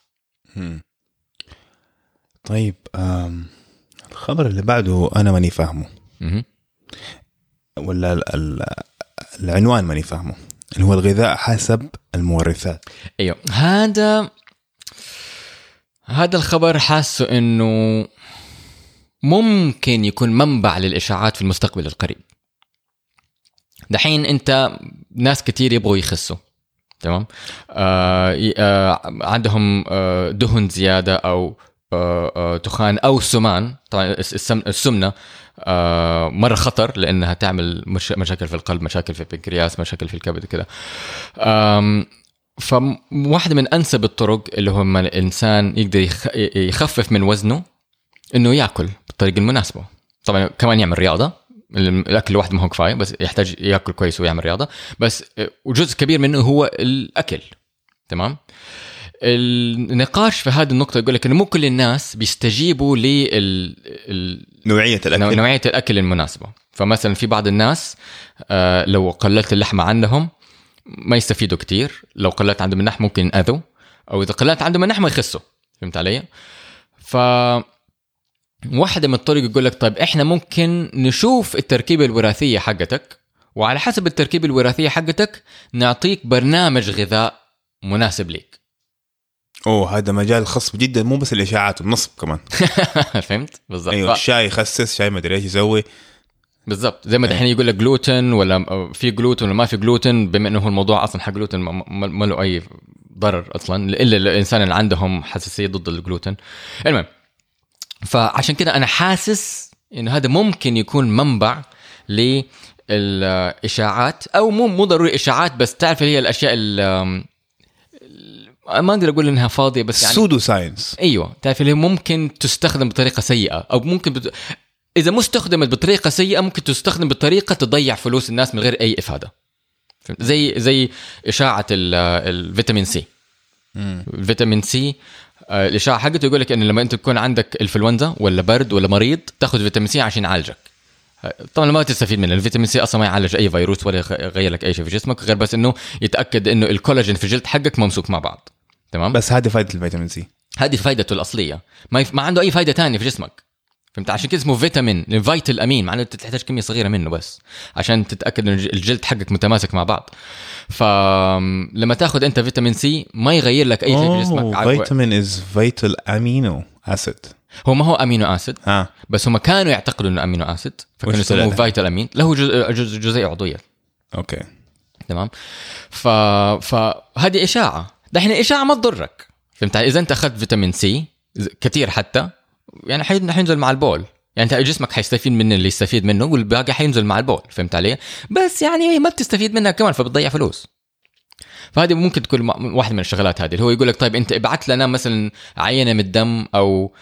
طيب، الخبر اللي بعده أنا ماني فاهمه، ولا العنوان ماني فاهمه، اللي هو الغذاء حسب المورثات. ايوه، هذا هذا الخبر حاسه انه ممكن يكون منبع للاشاعات في المستقبل القريب. دحين انت ناس كتير يبغوا يخسوا، تمام، آه آه عندهم آه دهن زياده او آه آه تخان او سمان. طبعا السمنه آه مرة خطر، لأنها تعمل مش مشاكل في القلب، مشاكل في البنكرياس، مشاكل في الكبد كده. فواحدة من أنسب الطرق اللي هو ما الإنسان يقدر يخفف من وزنه إنه يأكل بالطريقة المناسبة. طبعا كمان يعمل رياضة، الأكل لوحده ما هو كفاية، بس يحتاج يأكل كويس ويعمل رياضة. بس وجزء كبير منه هو الأكل. تمام، النقاش في هذه النقطة يقول لك إنه مو كل الناس بيستجيبوا لل نوعية الأكل نوعية الأكل المناسبة. فمثلا في بعض الناس آه لو قللت اللحمة عندهم ما يستفيدوا كتير، لو قللت عندهم اللحم ممكن أذوا، أو إذا قللت عندهم اللحمة يخسوا. فهمت علي؟ ف واحدة من الطرق يقول لك طيب إحنا ممكن نشوف التركيبة الوراثية حقتك، وعلى حسب التركيبة الوراثية حقتك نعطيك برنامج غذاء مناسب ليك. أوه هذا مجال خصب جدا، مو بس الإشاعات والنصب كمان. فهمت بالضبط. أيوة الشاي يخسس، شاي ما أدري إيش يسوي بالضبط. زي ما دحين يقول لك جلوتين ولا في جلوتين ولا ما في جلوتين، بما إنه الموضوع أصلا حق جلوتين ما له أي ضرر أصلا إلا الإنسان اللي عندهم حساسية ضد الجلوتين. المهم، فعشان كده أنا حاسس إنه هذا ممكن يكون منبع للإشاعات، أو مو مو ضروري إشاعات، بس تعرف هي الأشياء اللي ما أقدر أقول إنها فاضية، بس يعني سودو ساينس. أيوة، تعرف اللي ممكن تستخدم بطريقة سيئة، أو ممكن بت... إذا مو استخدمت بطريقة سيئة ممكن تستخدم بطريقة تضيع فلوس الناس من غير أي إفادة. زي زي إشاعة الفيتامين سي. مم. الفيتامين سي الإشاعة حقته يقول لك إن لما أنت تكون عندك الإنفلونزا ولا برد ولا مريض تأخذ فيتامين سي عشان يعالجك. طبعا ما تستفيد منه، الفيتامين سي أصلا ما يعالج أي فيروس ولا يغير لك أي شيء في جسمك، غير بس إنه يتأكد إنه الكولاجين في الجلد حقك ممسوك مع بعض. تمام. بس هذه فائدة الفيتامين سي، هذه فائدته الأصلية، ما يف... ما عنده أي فائدة تانية في جسمك. فهمت؟ عشان كده اسمه فيتامين فيتال أمين، معناه تحتاج كمية صغيرة منه بس عشان تتأكد إن الجلد حقك متماسك مع بعض. فلما تاخذ أنت فيتامين سي ما يغير لك أي شيء في جسمك. فيتامين إز فيتال أمينو أسيد. هو ما هو أمينو أسيد، ها. بس هم كانوا يعتقدوا إنه أمينو أسيد، فكانوا يسموه فيتال أمين. له جزء جزء جزيء عضوية. أوكي تمام. ف فهذه إشاعة، ده إحنا إشاعة ما تضرك. فهمت؟ إذا أنت أخذت فيتامين سي كتير حتى يعني حينزل مع البول، يعني انت جسمك حيستفيد من اللي يستفيد منه والباقي حينزل مع البول. فهمت علي؟ بس يعني ما بتستفيد منها كمان، فبتضيع فلوس. فهذه ممكن تكون واحدة من الشغلات هذه، اللي هو يقول لك طيب انت ابعت لنا مثلا عينة من الدم، او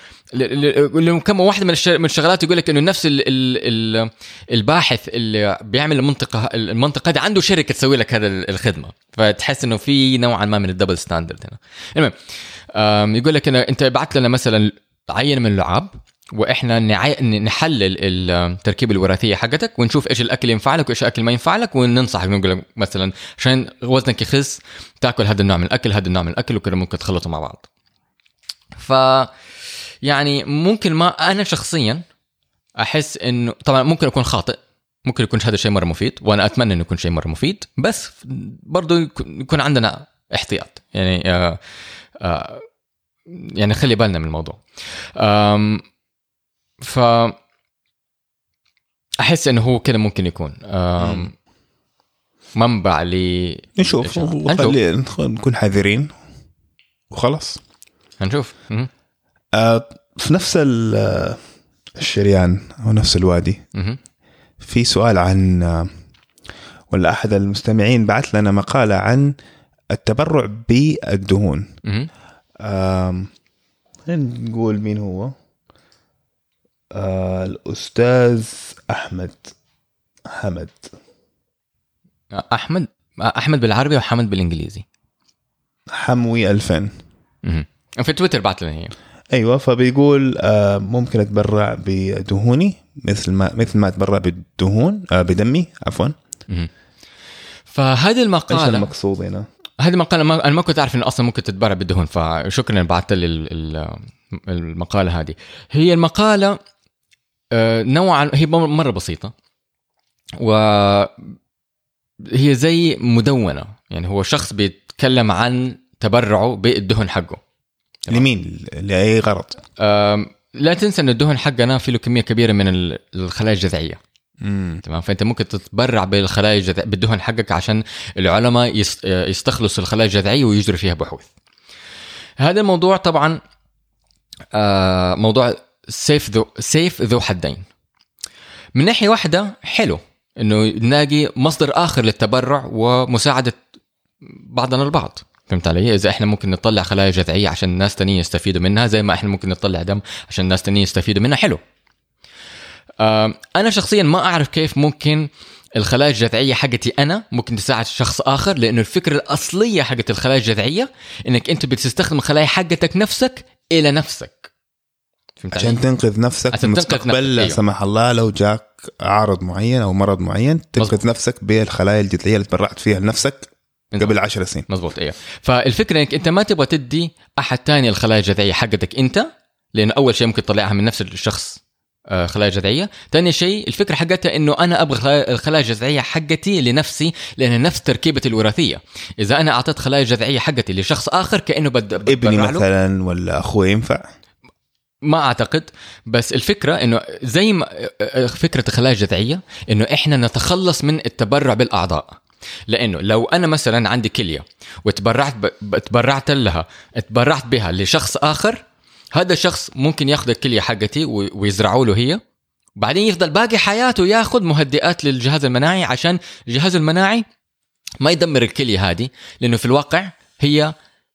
كم واحدة من الشغلات يقول لك انه نفس ال ال الباحث اللي بيعمل المنطقة المنطقة دي عنده شركة تسوي لك هذا الخدمة، فتحس انه في نوعا ما من الدبل ستاندرد هنا. المهم يقول لك انه انت ابعت لنا مثلا عينة من اللعاب، واحنا نحلل التركيبه الوراثيه حقتك ونشوف ايش الاكل ينفع لك وايش الاكل ما ينفع لك، وننصحك نقول لك مثلا عشان وزنك يخس تاكل هذا النوع من الاكل هذا النوع من الاكل، وكذا ممكن تخلطوا مع بعض. ف يعني ممكن ما انا شخصيا احس انه طبعا ممكن اكون خاطئ، ممكن يكون هذا الشيء مره مفيد، وانا اتمنى انه يكون شيء مره مفيد، بس برضو يكون عندنا احتياط يعني آآ آآ يعني خلي بالنا من الموضوع. ف أحس إنه هو كده ممكن يكون منبع لي. نشوف وخلي نكون حذرين وخلاص هنشوف. آه في نفس الشريان أو نفس الوادي في سؤال عن ولا أحد المستمعين بعث لنا مقالة عن التبرع بالدهون. آه نقول مين هو؟ آه الأستاذ أحمد حمد أحمد أحمد بالعربي وحمد بالإنجليزي. حموي ألفين. مه. في تويتر بعت لنا هي. أيوة، فبيقول آه ممكن أتبرع بدهوني مثل ما مثل ما أتبرع بالدهون آه بدمي عفوا. مه. فهذه المقالة إيش المقصود هنا؟ هذه المقالة ما أنا ما كنت أعرف إن أصلا ممكن تتبرع بالدهون، فشكرا بعت لي المقالة هذه. هي المقالة نوعا هي مرة بسيطة، وهي زي مدونة، يعني هو شخص بيتكلم عن تبرعه بالدهن حقه. لمين؟ لأي غرض؟ لا تنسى أن الدهن حقنا فيه له كمية كبيرة من الخلايا الجذعية. تمام. فأنت ممكن تتبرع بالخلايا الجذعية بالدهن حقك عشان العلماء يستخلصوا الخلايا الجذعية ويجروا فيها بحوث. هذا الموضوع طبعا موضوع سيف ذو سيف ذو حدين. من ناحية واحدة حلو إنه نلاقي مصدر آخر للتبرع ومساعدة بعضنا البعض. فهمت علي؟ إذا إحنا ممكن نطلع خلايا جذعية عشان الناس تانية يستفيدوا منها زي ما إحنا ممكن نطلع دم عشان الناس تانية يستفيدوا منها، حلو. أنا شخصيا ما أعرف كيف ممكن الخلايا الجذعية حقتي أنا ممكن تساعد شخص آخر، لأنه الفكرة الأصلية حقت الخلايا الجذعية إنك أنت بتستخدم خلايا حقتك نفسك إلى نفسك عشان تنقذ نفسك في المستقبل. لا سمح الله لو جاك عارض معين أو مرض معين تنقذ مزبوط. نفسك بالخلايا الجذعية اللي تبرعت فيها لنفسك قبل عشر سنين. مزبوط. إيه. فالفكرة إنك أنت ما تبغى تدي أحد تاني الخلايا الجذعية حقتك أنت، لأنه أول شيء ممكن تطلعها من نفس الشخص خلايا جذعية. تاني شيء الفكرة حقتها إنه أنا أبغى الخلايا الجذعية حقتي لنفسي لأن نفس تركيبة الوراثية. إذا أنا أعطيت خلايا جذعية حقتي لشخص آخر كأنه بد ابني مثلا ولا أخوي ينفع؟ ما أعتقد. بس الفكرة إنه زي ما فكرة الخلايا الجذعية إنه إحنا نتخلص من التبرع بالأعضاء. لأنه لو أنا مثلا عندي كلية وتبرعت ب... تبرعت لها تبرعت بها لشخص آخر، هذا الشخص ممكن ياخذ الكلية حقتي ويزرعوا له هي، بعدين يفضل باقي حياته ياخذ مهدئات للجهاز المناعي عشان الجهاز المناعي ما يدمر الكلية هذه، لأنه في الواقع هي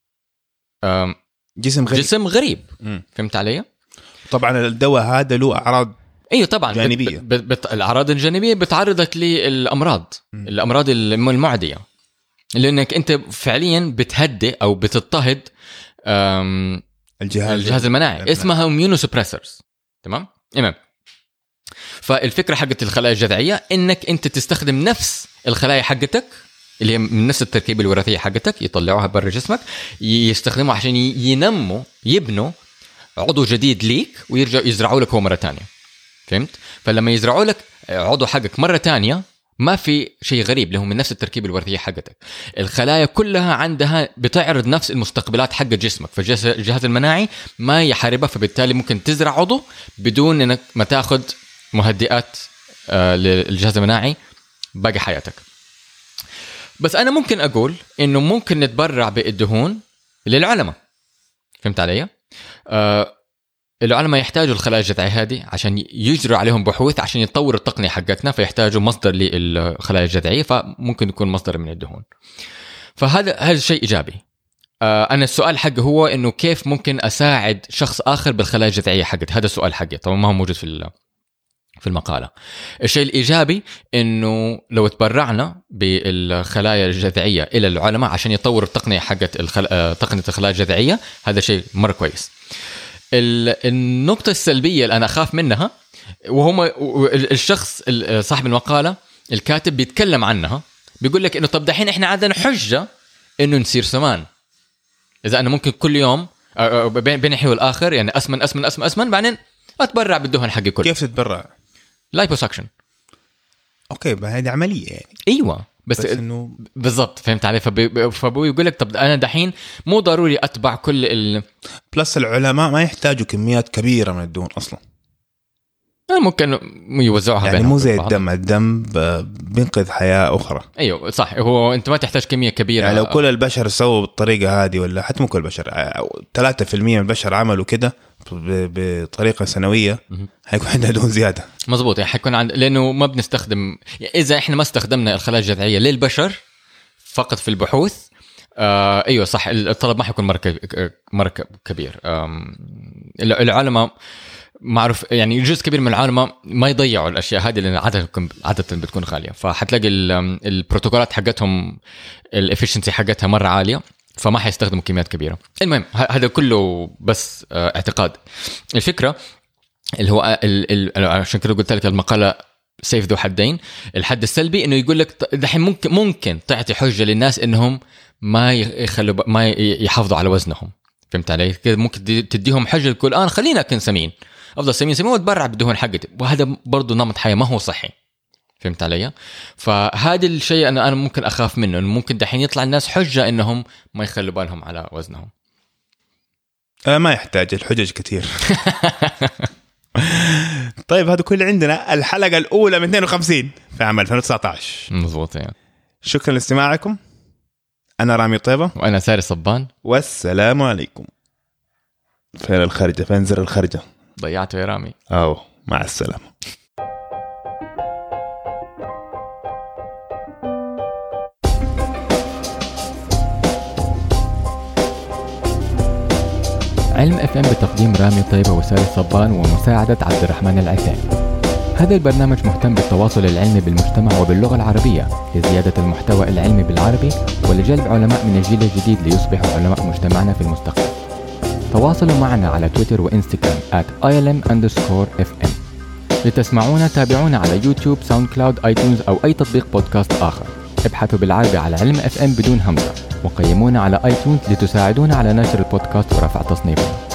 جسم غريب, جسم غريب. فهمت علي؟ طبعا الدواء هذا له أعراض ايوه طبعا جانبيه. بت... بت... الاعراض الجانبيه بتعرضك للامراض م. الامراض المعديه، لانك انت فعليا بتهدئ او بتضطهد أم... الجهاز الجهاز المناعي المناعي. اسمها immunosuppressors. تمام. تمام. فالفكره حقت الخلايا الجذعيه انك انت تستخدم نفس الخلايا حقتك اللي هي من نفس التركيبه الوراثيه حقتك، يطلعوها برا جسمك يستخدموها عشان ينموا يبنوا عضو جديد ليك ويرجعوا يزرعوا لك هو مره ثانيه. فهمت؟ فلما يزرعوا لك عضو حقك مرة تانية ما في شيء غريب، لهم من نفس التركيبة الوراثية حقتك. الخلايا كلها عندها بتعرض نفس المستقبلات حق جسمك، فالجهاز المناعي ما يحاربها، فبالتالي ممكن تزرع عضو بدون انك ما تاخذ مهدئات للجهاز المناعي باقي حياتك. بس انا ممكن اقول انه ممكن نتبرع بالدهون للعلماء. فهمت علي؟ أه العلماء يحتاجوا الخلايا الجذعية هذه عشان يجروا عليهم بحوث عشان يطوروا التقنية حقتنا، فيحتاجوا مصدر للخلايا الجذعية، فممكن يكون مصدر من الدهون. فهذا هذا شيء إيجابي. آه أنا السؤال حقه هو إنه كيف ممكن أساعد شخص آخر بالخلايا الجذعية حقتي، هذا السؤال حقه طبعا ما هو موجود في في المقالة. الشيء الإيجابي إنه لو تبرعنا بالخلايا الجذعية إلى العلماء عشان يطوروا التقنية حقت الخل... آه تقنية الخلايا الجذعية، هذا شيء مرة كويس. النقطة السلبية اللي أنا أخاف منها، وهم الشخص صاحب المقالة الكاتب بيتكلم عنها، بيقول لك إنه طب دحين إحنا عندنا حجة إنه نصير سمان. إذا أنا ممكن كل يوم بين حين والآخر يعني أسمن أسمن أسمن أسمن بعدين أتبرع بالدهن حقي كله. كيف تتبرع؟ لايبوساكشن. أوكي هذه عملية يعني. أيوة بس, بس إنه بالضبط. فهمت علي؟ فبوي يقول لك طب أنا دحين مو ضروري أتبع كل ال بلس العلماء ما يحتاجوا كميات كبيرة من الدهون أصلا، ممكن يوزعوها يعني مو زي الدم. الدم بينقذ حياة أخرى. أيوة صح. هو أنت ما تحتاج كمية كبيرة يعني لو كل البشر سووا بالطريقة هذه، ولا حتى مو كل البشر، ثلاثة في المية من البشر عملوا كده بطريقة سنوية، هيكون عندنا دهون زيادة. مزبوط. يعني حيكون عند... لأنه ما بنستخدم، إذا إحنا ما استخدمنا الخلايا الجذعية للبشر فقط في البحوث، آه أيوة صح، الطلب ما حيكون مرة مرة كبير. العلماء معروف يعني جزء كبير من العالم ما يضيعوا الأشياء هذه لأن عادة عادة بتكون غالية، فحتلاقي البروتوكولات حقتهم الافشنسي حقتها مرة عالية، فما حيستخدموا كميات كبيرة. المهم هذا كله بس اعتقاد. الفكرة اللي هو ال ال عشان كده قلت لك المقالة سيف ذو حدين. الحد السلبي إنه يقول لك دحين ممكن ممكن تعطي حجة للناس إنهم ما يخلوا ما يحافظوا على وزنهم. فهمت علي؟ كده ممكن تديهم حجة تقول آه خلينا أكون سمين، أفضل سمين سمين وتبرع بالدهون حقتي، وهذا برضو نمط حياة ما هو صحي. فهمت علي؟ فهذا الشيء أنا أنا ممكن أخاف منه، إنه ممكن دحين يطلع الناس حجة إنهم ما يخلوا بالهم على وزنهم. أه ما يحتاج الحجج كتير. طيب هذا كل عندنا الحلقة الأولى من اثنين وخمسين في عام ألفين وتسعة عشر. مظبوط يعني. شكرا لاستماعكم. أنا رامي طيبة وأنا ساري صبان، والسلام عليكم. فين الخرجة؟ فين زر الخرجة؟ ضيعته يا رامي. أو مع السلامة. علم اف ام بتقديم رامي طيبة وساري صبان ومساعدة عبد الرحمن العثيمي. هذا البرنامج مهتم بالتواصل العلمي بالمجتمع وباللغة العربية لزيادة المحتوى العلمي بالعربي ولجلب علماء من الجيل الجديد ليصبحوا علماء مجتمعنا في المستقبل. تواصلوا معنا على تويتر وإنستغرام آت آي إل إم أندرسكور إف إم. لتسمعونا تابعونا على يوتيوب، ساوند كلاود، آيتونز أو أي تطبيق بودكاست آخر. ابحثوا بالعربي على علم اف ام بدون همزة، وقيمونا على آيتونز لتساعدونا على نشر البودكاست ورفع تصنيفه.